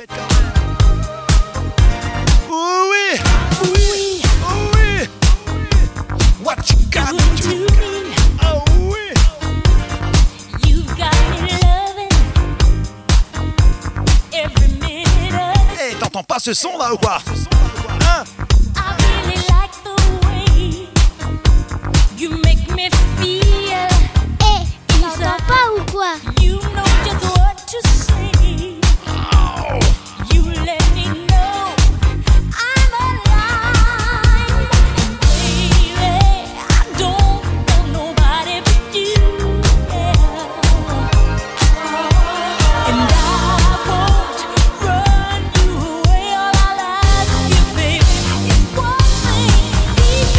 Oui. Oui. Oui. What you got to do? Oh oui. You've got me loving every minute of. Hey, t'entends pas ce son là ou quoi? Hein? I really like the way you make me feel. Eh, t'entends pas ou quoi? You know just what to say. You let me know I'm alive. Baby, I don't want nobody but you. And I won't run you away. All I'll ask you, baby, is one thing. Keep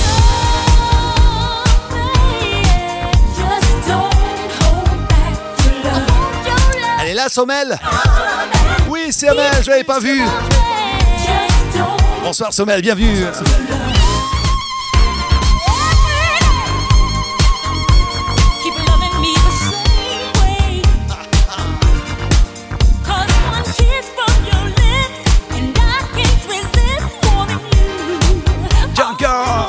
it coming. Just don't hold back your love. I want your love. Elle est là, Sommel? Oui, Sommel, je l'avais pas vu. Bonsoir, Sommel, bienvenue. Junker.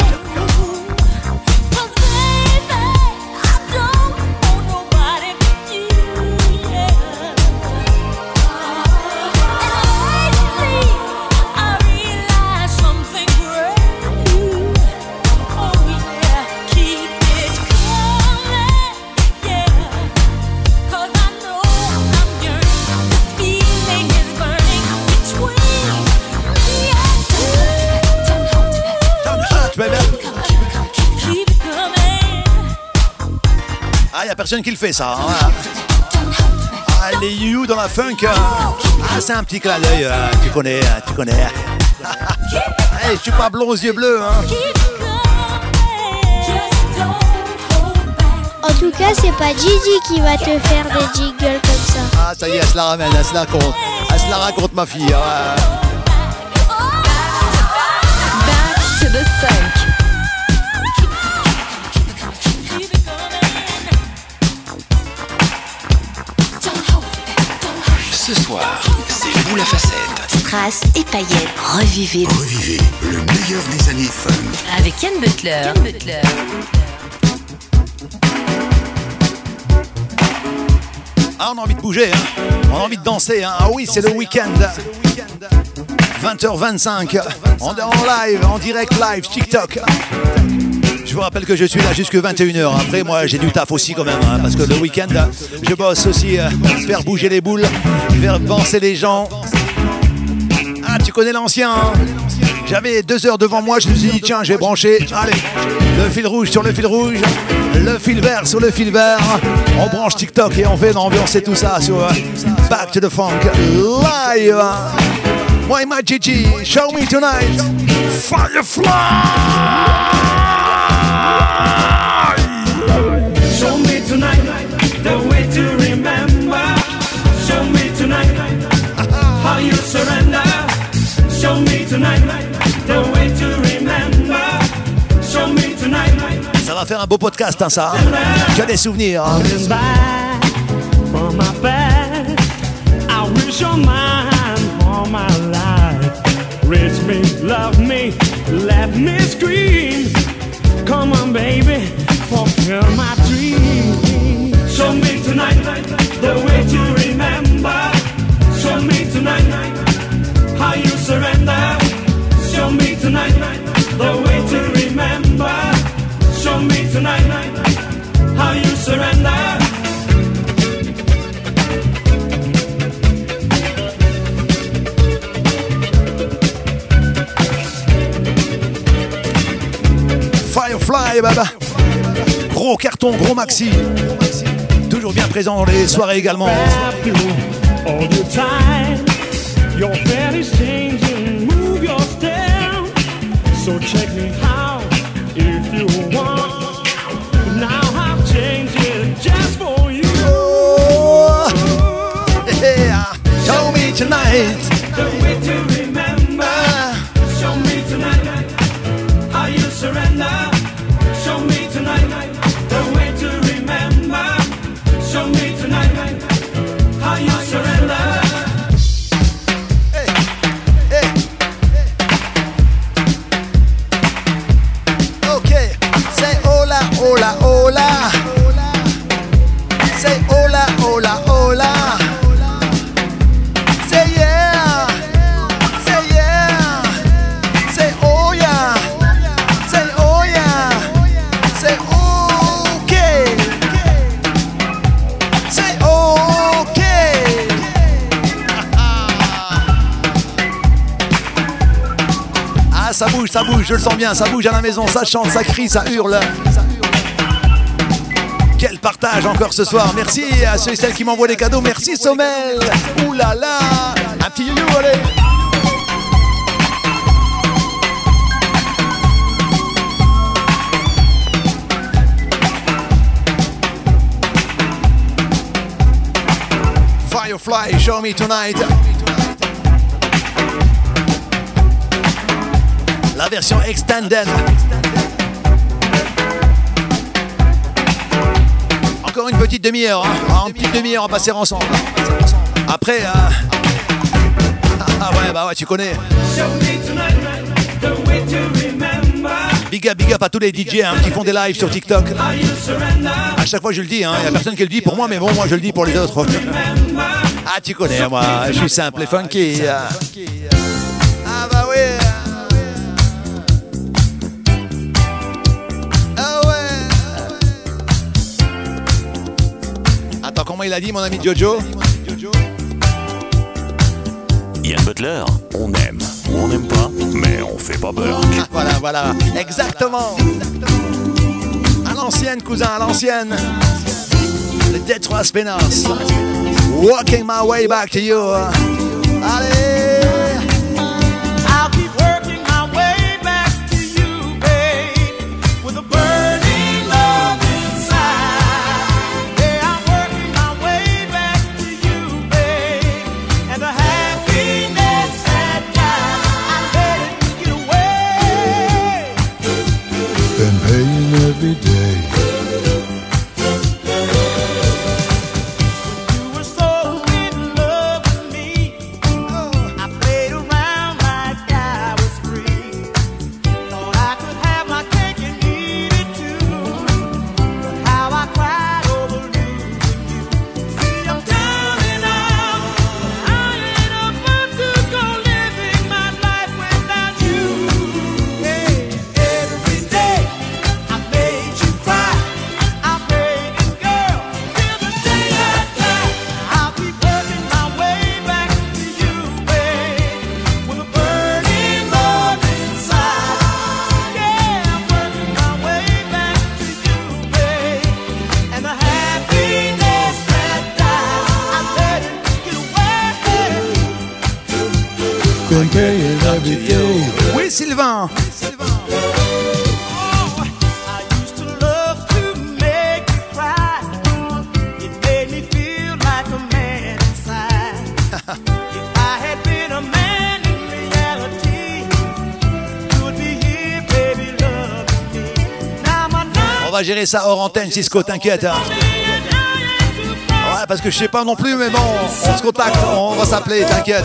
Ah, y a personne qui le fait ça. Hein. Ah, les you dans la funk. Ah, c'est un petit clin d'œil. Tu connais. Hey, je suis pas blond aux yeux bleus. Hein. En tout cas, c'est pas Gigi qui va te faire des jiggles comme ça. Ah, ça y est, elle se la ramène, elle se la compte. Elle se la raconte, ma fille. Ouais. Back to the funk. Ce soir, c'est vous la facette. Strass et paillettes, revivez Le meilleur des années funk. avec Ken Butler. Ah, on a envie de bouger, hein. On a envie de danser. Hein. Ah oui, c'est le week-end. 20h25. On est en live, en direct live, TikTok. Je vous rappelle que je suis là jusque 21h. Après, moi, j'ai du taf aussi quand même. Hein, parce que le week-end, je bosse aussi. Faire bouger les boules, faire danser les gens. Ah, tu connais l'ancien. Hein. J'avais 2 heures devant moi, je me suis dit tiens, j'ai branché, allez, le fil rouge sur le fil rouge, le fil vert sur le fil vert. On branche TikTok et on fait ambiancer tout ça sur Back to the Funk live. Moi et ma Gigi, show me tonight, Firefly. Show me tonight the way to remember. Show me tonight how you surrender. Show me tonight the way to remember. Show me tonight. Ça va faire un beau podcast, hein, ça. Que des souvenirs. Hein. For my bed, I wish your mind for my life. Reach me, love me, let me scream. Come on, baby, fulfill my dream. Show me tonight the way to remember. Show me tonight how you surrender. Show me tonight the way to remember. Show me tonight how you surrender. Firefly, baba. Gros carton, gros maxi. Toujours bien présent dans les soirées également. All the time, your bed is changing, move your step. So check me out if you want. Now I've changed it just for you. Oh, yeah. Show me tonight. The way to remember. Show me tonight how you surrender. Show me tonight the way to remember. Show me tonight how you surrender. Hey, hey. Okay, say hola, hola, hola. Say hola, hola, hola. Say yeah, say yeah. Say oh yeah, say oh yeah. Say okay, say okay. Ah, ça bouge, je le sens bien, ça bouge à la maison, ça chante, ça crie, ça hurle. Quel partage encore ce soir. Merci à ceux et celles qui m'envoient des cadeaux. Merci Sommel. Ouh là là. Un petit you, allez. Firefly, show me tonight. La version extended. Encore une petite demi-heure, hein. Une petite demi-heure à passer ensemble. Après, ah ouais, tu connais. Big up à tous les DJ hein, qui font des lives sur TikTok. À chaque fois je le dis, hein, il n'y a personne qui le dit pour moi, mais bon, moi je le dis pour les autres. Ah, tu connais, moi, je suis simple et funky. Ah bah oui. Attends, comment il a dit, mon ami Jojo? Ian Butler, on aime ou on n'aime pas, mais on fait pas peur. Voilà, exactement. À l'ancienne, cousin, à l'ancienne. Les Detroit Spinners. Walking my way back to you. Allez. I'll keep working my way back to you, babe, with a burning love inside. Yeah, I'm working my way back to you, babe, and the happiness that I'm headed to get away. Been paying every day. You were so in love with me. been paying every day. Oui, Sylvain. On va gérer ça hors antenne, Cisco, t'inquiète. Hein. Ouais, parce que je sais pas non plus, mais bon, on se contacte, on va s'appeler, t'inquiète.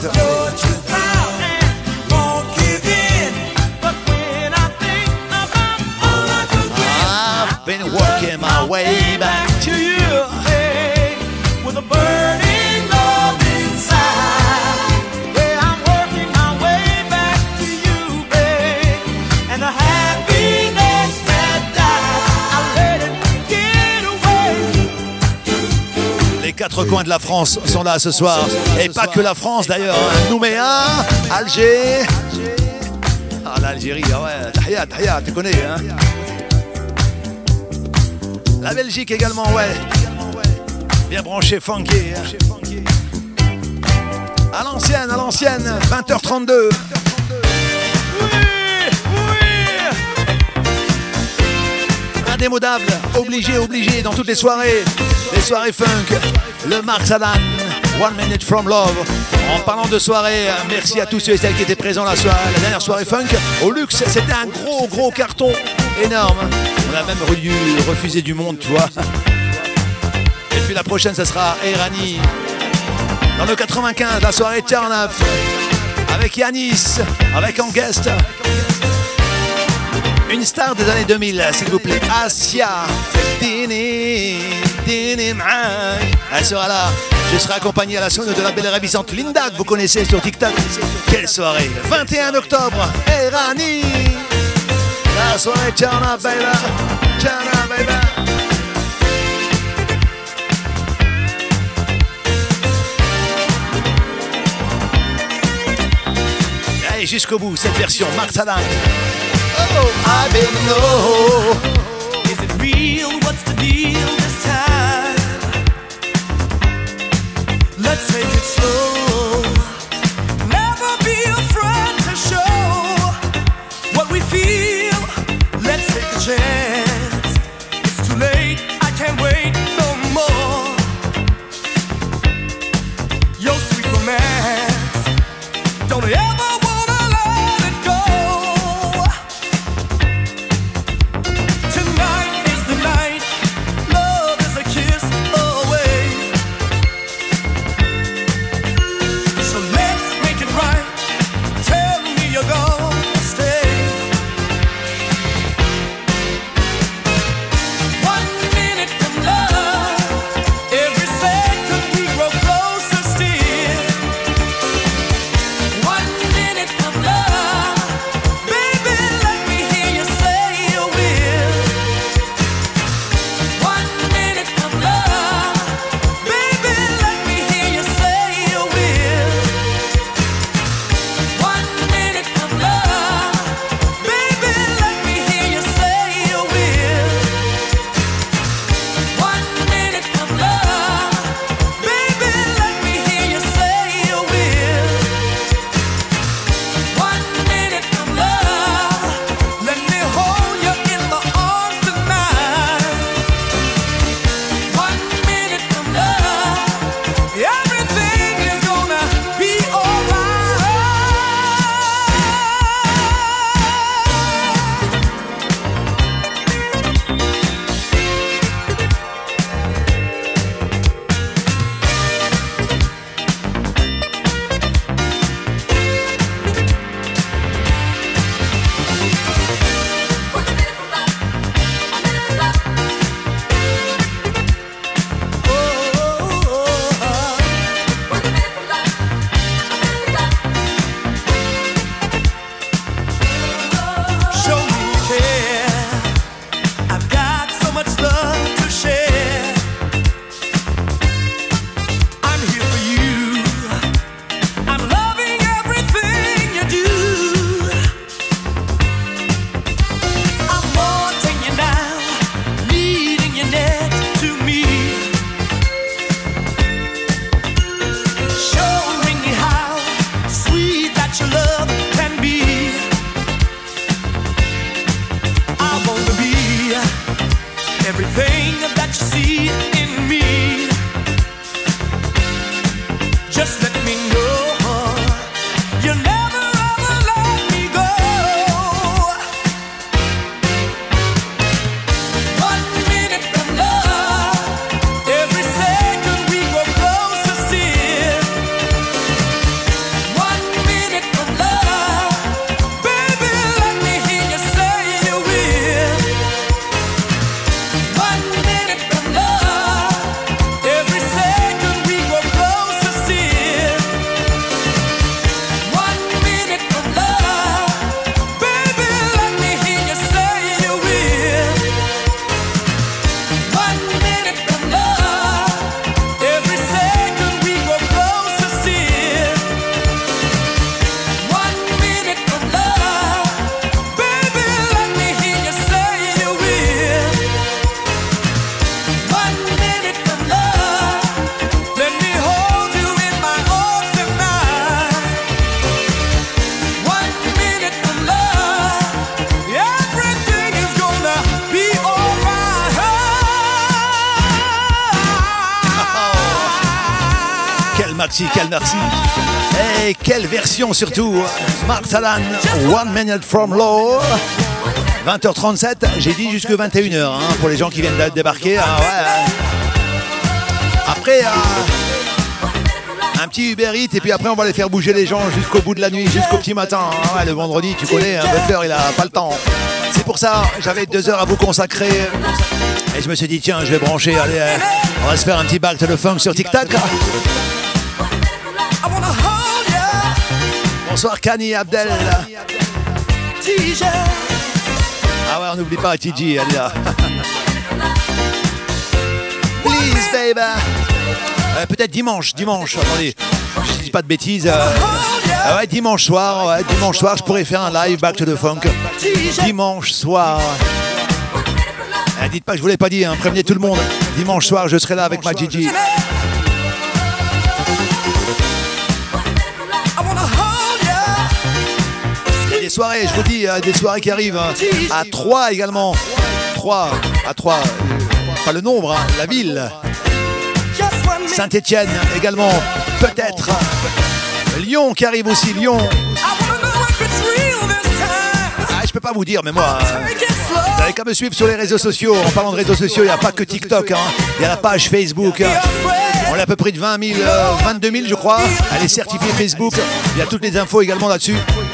I've been working my way back to you with a burning love inside. Yeah, I'm working my way back to you, babe, and the happiness that died, I let it get away. Les quatre coins de la France sont là ce soir, et pas que la France d'ailleurs, hein. Nouméa, Alger. Ah, l'Algérie, ah ouais, Tahia, tu connais, hein. La Belgique également, ouais. Bien branché, funky. Hein. À l'ancienne, 20h32. Indémodable, obligé, dans toutes les soirées funk. Le Marc Sadan, 1 Minute From Love. En parlant de soirée, merci à tous ceux et celles qui étaient présents la dernière soirée funk. Au Luxe, c'était un gros carton énorme. On a même dû refuser du monde, tu vois. Et puis la prochaine, ça sera Erani. Dans le 95, la soirée Turn Up. Avec Yanis, avec en guest une star des années 2000, s'il vous plaît, Asia. Elle sera là. Je serai accompagné à la sonne de la belle ravissante Linda, que vous connaissez sur TikTok. Quelle soirée! 21 octobre, Erani. La soirée Turn Up, baby. Turn Up, baby. Allez, jusqu'au bout, cette version, Marc Sadan. Oh, I've been low. Is it real? What's the deal this time? Let's take it slow. Never be afraid to show what we feel. Let's take a chance. It's too late, I can't wait no more. Your sweet romance, don't ever wanna let it go. Tonight is the night, love. everything that you see in me. Just let me know you'll never ever let me go. 1 minute from love, every second we grow closer still. 1 minute from love, baby, let me hear you say you will. 1 minute from love, every second we grow closer still. 1 minute from love, baby, let me hear you say you will. 1 minute from love, every second we grow closer still. 1 minute from love, baby, let me hear you say you will. 1 minute from love, let me hold you in my arms tonight. 1 minute from love, everything is gonna be alright. Quel maxi, quel merci. Et quelle version surtout. Mark Salan, 1 minute from Law. 20h37, j'ai dit jusque 21h hein, pour les gens qui viennent de débarquer. Ah ouais. Après, un petit Uber Eats et puis après on va les faire bouger les gens jusqu'au bout de la nuit, jusqu'au petit matin. Ah ouais, le vendredi, tu connais, Butler il a pas le temps. C'est pour ça, j'avais 2 heures à vous consacrer. Et je me suis dit, tiens, je vais brancher, allez, on va se faire un petit back to the funk sur TikTok. Bonsoir Kani Abdel. Ah ouais, on n'oublie pas TJ, elle est là. Please baby. Peut-être dimanche, attendez, je dis pas de bêtises. Ouais, dimanche soir, je pourrais faire un live back to the funk. Dimanche soir. Dites pas que je vous l'ai pas dit, hein, prévenez tout le monde. Dimanche soir, je serai là avec ma Gigi. Il y a des soirées, je vous dis, des soirées qui arrivent. Hein. À 3 également. 3, pas le nombre, hein, la ville. Saint-Étienne également, peut-être. Lyon qui arrive aussi, Lyon. Je peux pas vous dire, mais moi, vous n'avez qu'à me suivre sur les réseaux sociaux. En parlant de réseaux sociaux, il n'y a pas que TikTok. Hein. Il y a la page Facebook. On est à peu près de 20 000, 22 000, je crois. Elle est certifiée Facebook. Il y a toutes les infos également là-dessus.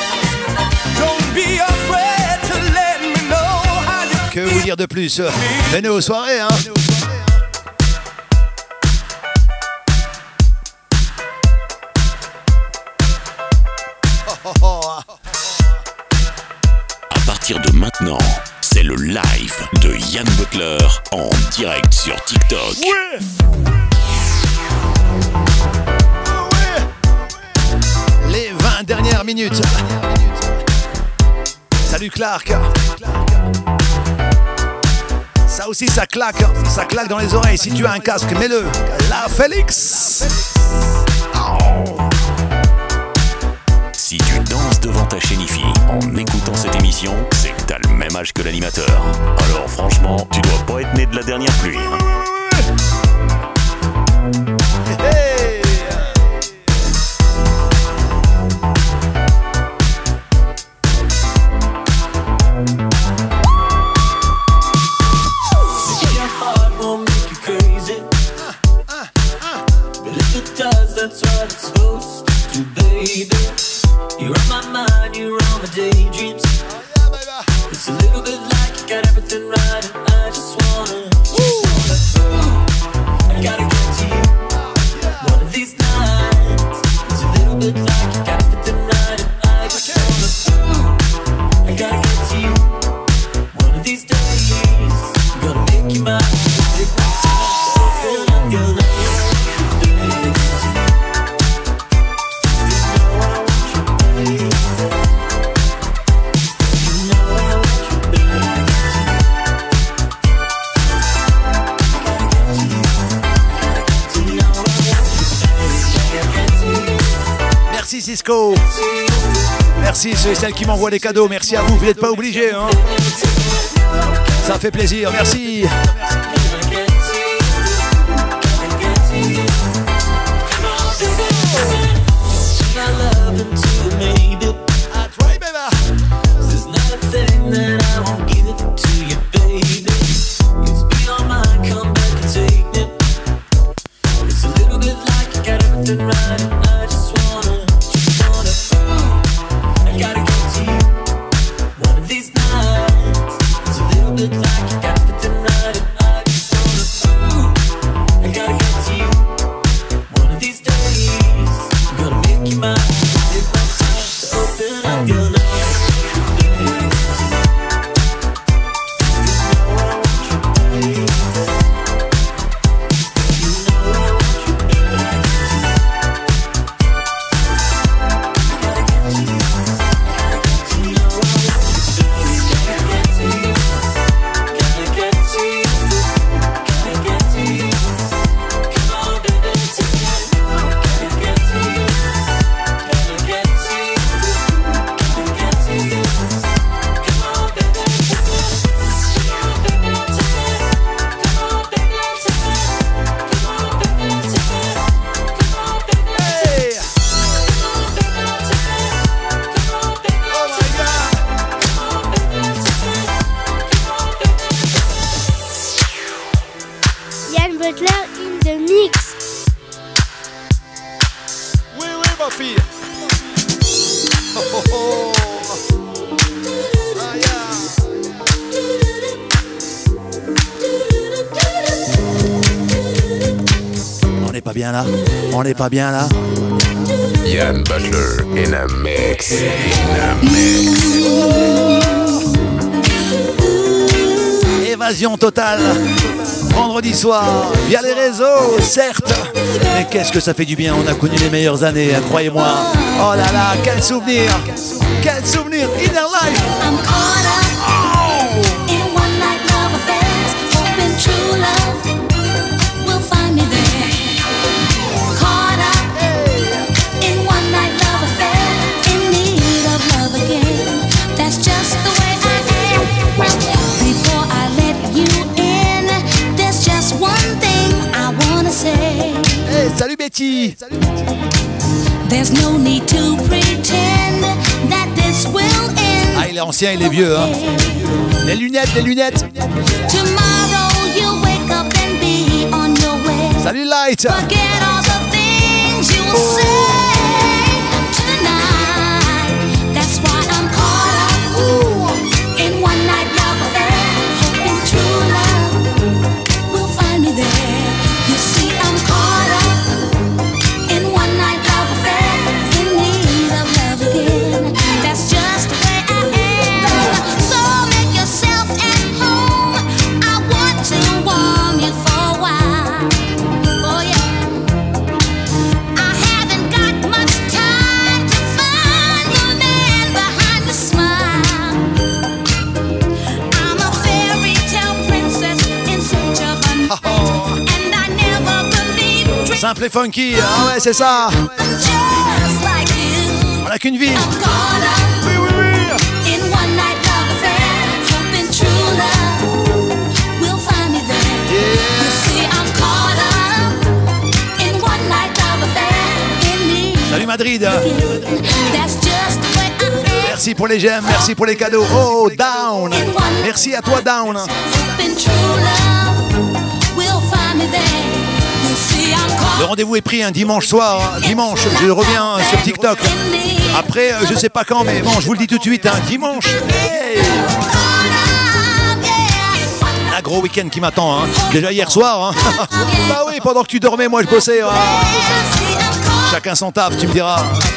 Que vous dire de plus? Venez aux soirées, hein. À partir de maintenant, c'est le live de Yann Butler en direct sur TikTok. Ouais. Les 20 dernières minutes. Salut Clark. Ça aussi, ça claque dans les oreilles. Si tu as un casque, mets-le. La Félix. Oh. Si tu danses devant ta chénifie en écoutant cette émission, c'est que t'as le même âge que l'animateur. Alors franchement, tu dois pas être né de la dernière pluie. Hey. That's what it's supposed to, baby. You're on my mind, you're on my daydreams. It's a little bit like you got everything right, and I just wanna. I gotta get to you one of these nights. It's a little bit like you got everything right, and I just wanna. I gotta get to you one of these days. I'm gonna make you mine. Take my time, open up your life. Merci Cisco. Merci ceux et celles qui m'envoient des cadeaux. Merci à vous, vous n'êtes pas obligés. Hein. Ça fait plaisir, merci. Butler in the mix. Oui, oui, ma fille. Oh, oh, oh. Ah, yeah. On n'est pas bien là. On n'est pas bien là. Ian Butler in a mix. In a mix. Évasion totale. Vendredi soir, via les réseaux, certes. Mais qu'est-ce que ça fait du bien. On a connu les meilleures années, hein, croyez-moi. Oh là là, quel souvenir. Quel souvenir. Inner Life. I'm caught up in one night love affairs, hoping true love will find me there. Caught up in one night love affair, in need of love again. That's just the way I am. Before I let you in, there's just one thing I wanna say. Hey, salut Betty. There's no need to pretend that this will end. Ah, il est ancien, il est vieux, hein. Les lunettes, les lunettes. Tomorrow you'll wake up and be on your way. Salut Light. Forget all the things you will say tonight. That's why I'm caught up in one night love affair, hoping true love will find me there. You see, I'm caught up in one night love affair, in need of love again. That's just the way I am. So make yourself at home. I want to warm you for a while. Oh yeah. I haven't got much time to find the man behind the smile. I'm a fairy tale princess in search of a knight, and I never believed dreams Simple et funky. Ah ouais, c'est ça. just like you. On a qu'une vie. I'm caught up Oui, oui, oui. in one night love affair, hoping true love will find me there. You see, I'm caught up in one night love affair, in need. Salut Madrid. That's just the way I am. Merci pour les j'aime, merci pour les cadeaux. Oh, Down. Merci à toi, Down. Hoping true love will find me there. You see, I'm caught Le rendez-vous est pris un dimanche soir. Dimanche, je reviens sur TikTok. in need. Après, je sais pas quand, mais bon, je vous le dis tout de suite, hein, dimanche. Hey, un gros week-end qui m'attend, hein. Déjà hier soir, hein. Bah oui, pendant que tu dormais, moi je bossais. Ah. Chacun son taf, tu me diras.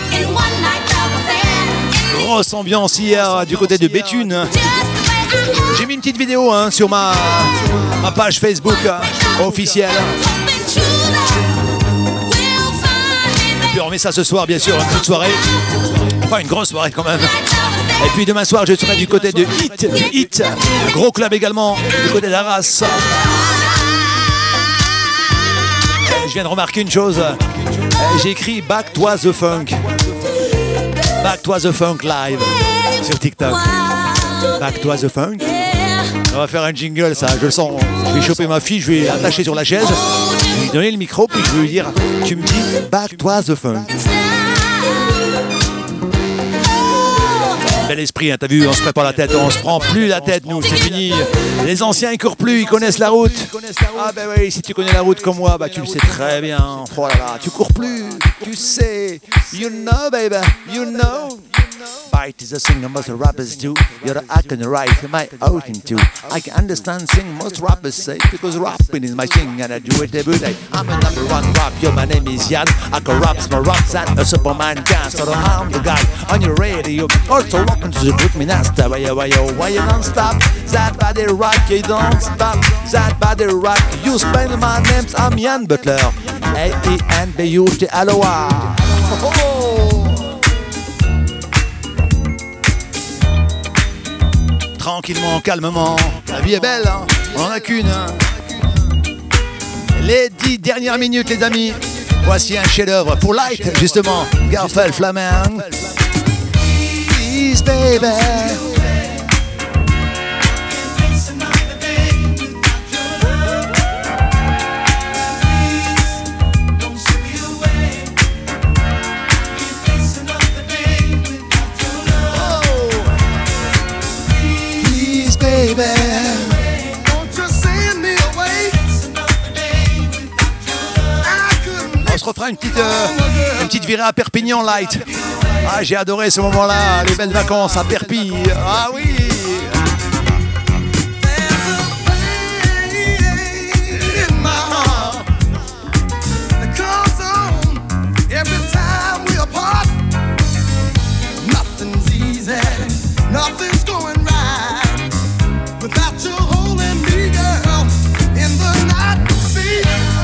Grosse ambiance hier du côté de Béthune. J'ai mis une petite vidéo, hein, sur ma page Facebook officielle. Et puis on remet ça ce soir, bien sûr, une petite soirée. Enfin, une grosse soirée quand même. Et puis demain soir, je serai du côté de Hit, un gros club également, du côté d'Arras. Je viens de remarquer une chose. J'ai écrit Back to the Funk. Back to the Funk live sur TikTok. Back to the Funk. On va faire un jingle, ça, je le sens. Je vais choper ma fille, je vais l'attacher sur la chaise, je vais lui donner le micro, puis je vais lui dire, tu me dis Back to the Funk. Bel esprit, hein, t'as vu, on se prend pas la tête, on se prend plus la tête, nous, c'est fini. Les anciens, ils courent plus, ils connaissent la route. Ah ben oui, si tu connais la route comme moi, bah tu le sais très bien. Oh là là, tu cours plus, tu sais. You know, baby, you know. Bite is a singer most rappers do. You're acting right, my own too. I can understand sing most rappers say, because rapping is my thing and I do it every day. I'm a number one rap, yo, my name is Jan. I can raps my raps and a Superman can. So I'm the guy on your radio. Also welcome to the group Minasta. Why you don't stop? That body rock, you don't stop. That body rock, you spell my names, I'm Ian Butler. A-E-N-B-U-T Aloha. Tranquillement, calmement, la vie est belle, hein. On en a qu'une. Hein. Les 10 dernières minutes, les amis. Voici un chef-d'œuvre pour Light, justement. Garfunkel Flamand. Peace, baby. Baby, don't you send me away. se refera une petite virée à Perpignan light. Ah, j'ai adoré ce moment-là, les belles vacances à Perpi. Ah oui. Nothing's going right without you holding me, girl, in the night. See,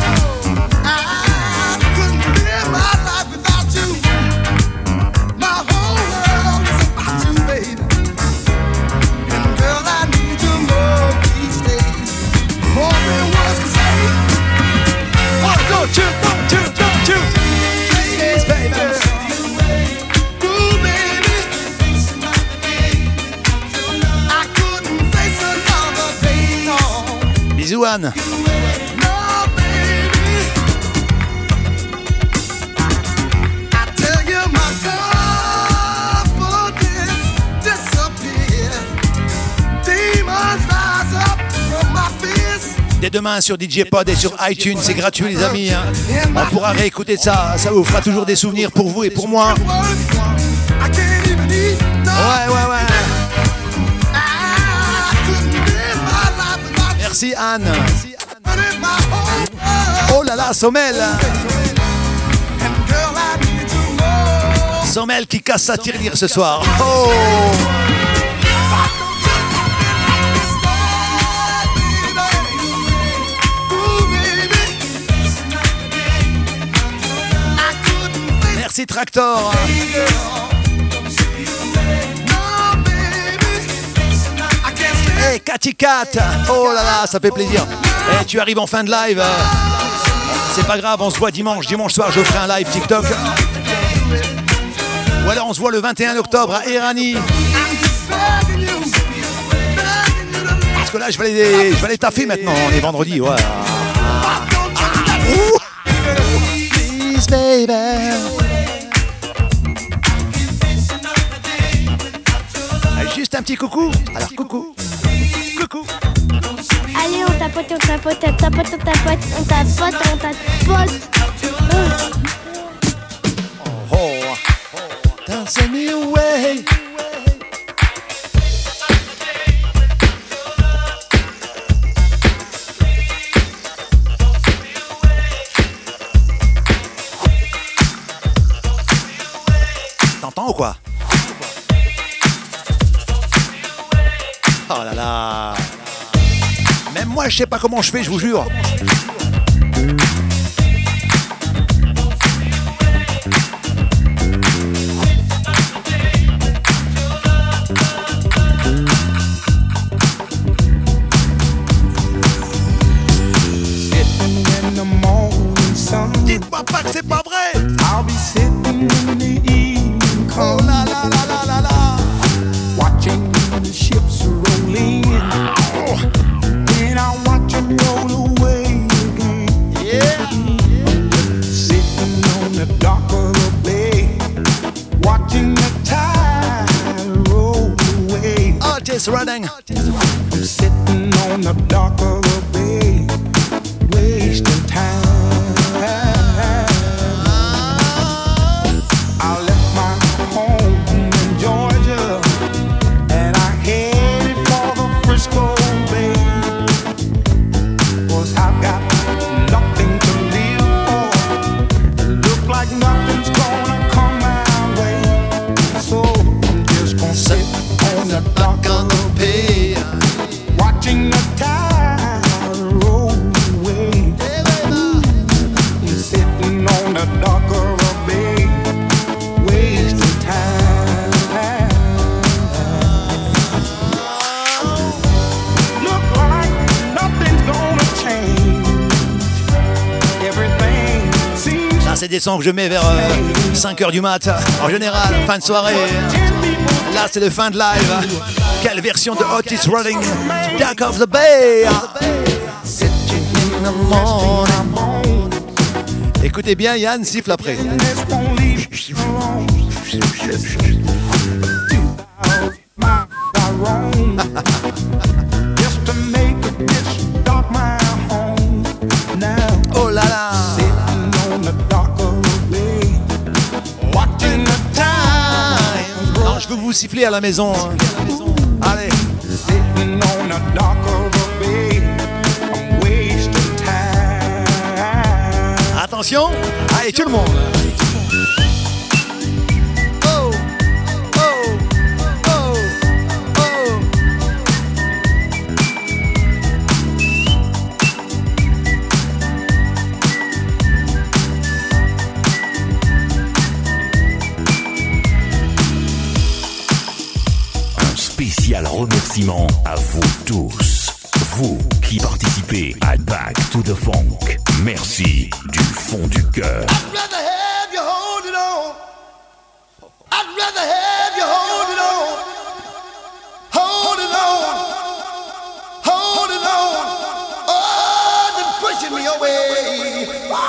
I couldn't live my life without you. My whole world is about you, baby. And girl, I need you more these days, more than words can say. Oh, don't you, please, baby. Bisous Anne. Dès demain sur DJ Pod et sur iTunes, c'est gratuit les amis. Hein. On pourra réécouter ça, ça vous fera toujours des souvenirs pour vous et pour moi. Ouais. Merci Anne. Oh là là, Sommel. Sommel qui casse sa tirelire ce soir. Oh. Merci Tractor. Hey Cathy Cat. Oh là là, ça fait plaisir. Hey, tu arrives en fin de live. C'est pas grave, on se voit dimanche. Dimanche soir, je ferai un live TikTok. Ou alors on se voit le 21 octobre à Erani. Parce que là, je vais aller taffer maintenant. On est vendredi, ouais. Please, baby. Juste un petit coucou. Alors coucou. Coucou. Allez, on tapote, on tapote, on tapote, on tapote, on tapote, on tapote. Dance me away. T'entends ou quoi? Oh là là. Même moi je sais pas comment je fais, je vous jure. Dites-moi pas que c'est pas vrai. Oh là là là là là là. Watching the ships roll in, and I watch them roll away again. Yeah. Sitting on the dock of the bay, watching the tide roll away. Otis Redding. I'm sitting on the dock of the bay, wasting time. I left my home in Georgia, and I headed for the Frisco Bay. 'Cause I've got nothing to live for. Look like nothing's gonna come my way. So I'm just gonna sit on the dock of the bay, watching the tide roll away. I'm sitting on the dock of the bay, wasting time. Look like nothing's gonna change. Everything seems. Ça c'est des sons que je mets vers 5h du mat. En général, fin de soirée. Là c'est le fin de live. Quelle version de Otis Redding, Dock of the Bay. Écoutez bien, Yann siffle après. Oh là là. vous siffler à la maison. Hein. Allez. Attention. Allez, tout le monde. Spécial remerciement à vous tous, vous qui participez à Back to the Funk. Merci du fond du cœur. I'd rather have you hold it on. I'd rather have you hold it on. Hold it on. Hold it on. Oh, than pushing me away.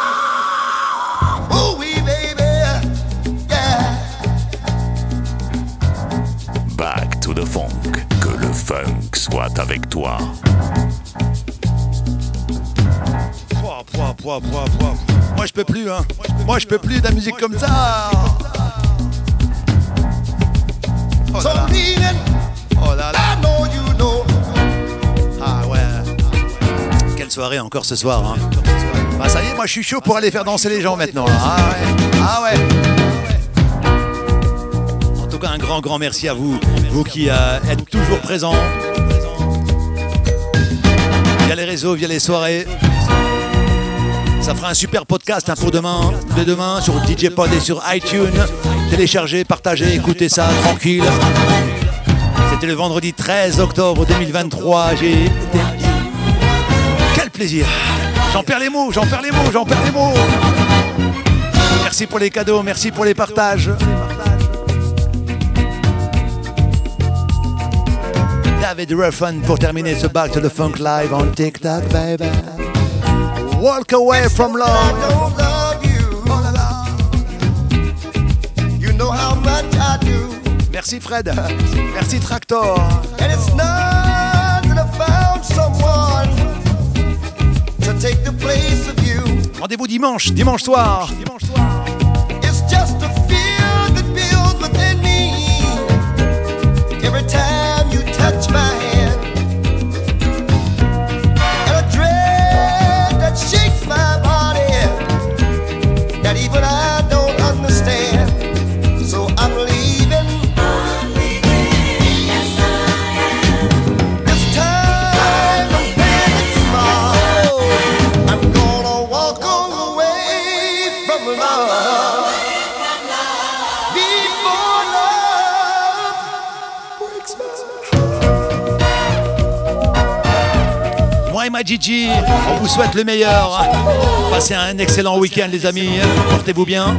Ooh, wee baby. Yeah. Back to the Funk. Que le funk soit avec toi. Moi je peux plus, hein. Moi je peux plus de la musique comme ça. Oh là là. Oh là là. Ah ouais. Quelle soirée encore ce soir, hein. Bah ça y est, moi je suis chaud pour aller faire danser les gens maintenant. Là. Ah ouais. En tout cas, un grand merci à vous, vous qui êtes toujours présents via les réseaux, via les soirées. Ça fera un super podcast hein, pour demain, de demain sur DJ Pod et sur iTunes. Téléchargez, partagez, écoutez ça tranquille. C'était le vendredi 13 octobre 2023. Quel plaisir. J'en perds les mots. Merci pour les cadeaux, merci pour les partages. David Ruffin pour terminer ce Back to the Funk Live en TikTok, baby. Walk away from love. I don't love you. You know how much I do. Merci Fred. Merci Tractor. And it's not that I found someone to take the place of you. Rendez-vous dimanche soir. It's just a fear that builds within me every time you touch my hand. And a dread that shakes my body that even I don't understand. So I'm leaving. Yes, I am. This time I'm playing small. I'm gonna walk away from love before love breaks my heart. Moi et ma Gigi, on vous souhaite le meilleur. Passez un excellent week-end les amis. Portez-vous bien.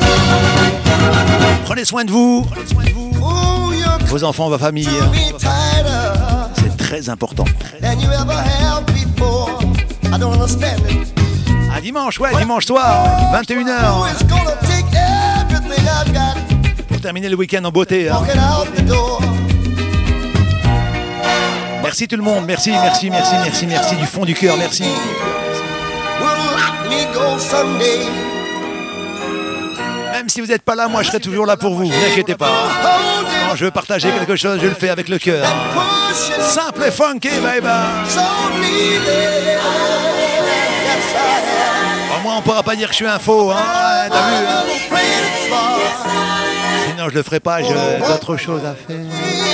Prenez soin de vous. Vos enfants, vos familles. C'est très important. Than you ever have before. I don't understand it. À dimanche, dimanche soir, 21h. It's gonna take everything I've got. Pour terminer le week-end en beauté. Hein. Walking out the door. Merci tout le monde, merci du fond du cœur, merci. Will let me go someday. Même si vous n'êtes pas là, moi je serai toujours là pour vous, ne vous inquiétez pas. Quand je veux partager quelque chose, je le fais avec le cœur. Simple et funky, baby. Au moins on pourra pas dire que je suis un faux, hein. Ouais, t'as vu, hein. Sinon je le ferai pas, j'ai d'autres choses à faire.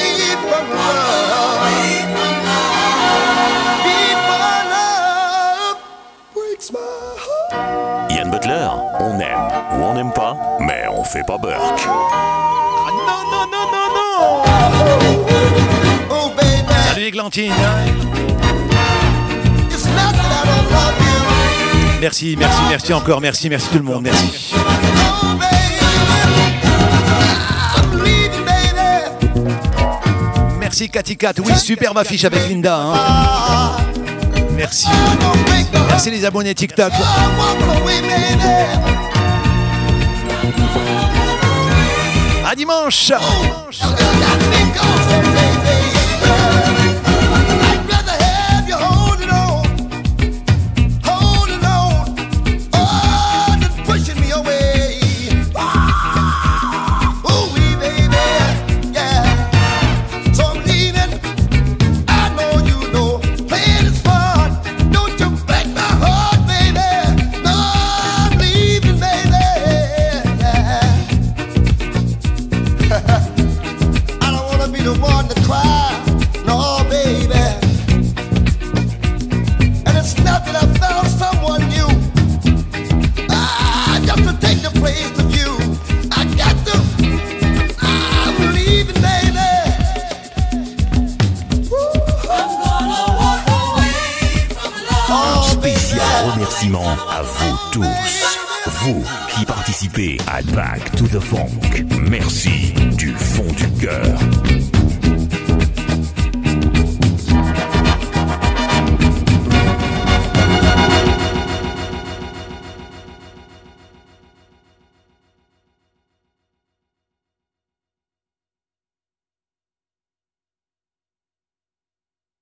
Ian Butler, on aime ou on n'aime pas, mais on fait pas Burke. Ah non. Salut Églantine. Merci encore, merci tout le monde, merci. Merci Cathy Cat, oui, superbe affiche avec Linda. Hein. Merci. Merci les abonnés TikTok. À dimanche. Pushing me away. Ooh, baby, yeah. Spécial remerciement à vous tous. Vous qui participez à Back to the Funk. Merci du fond du cœur.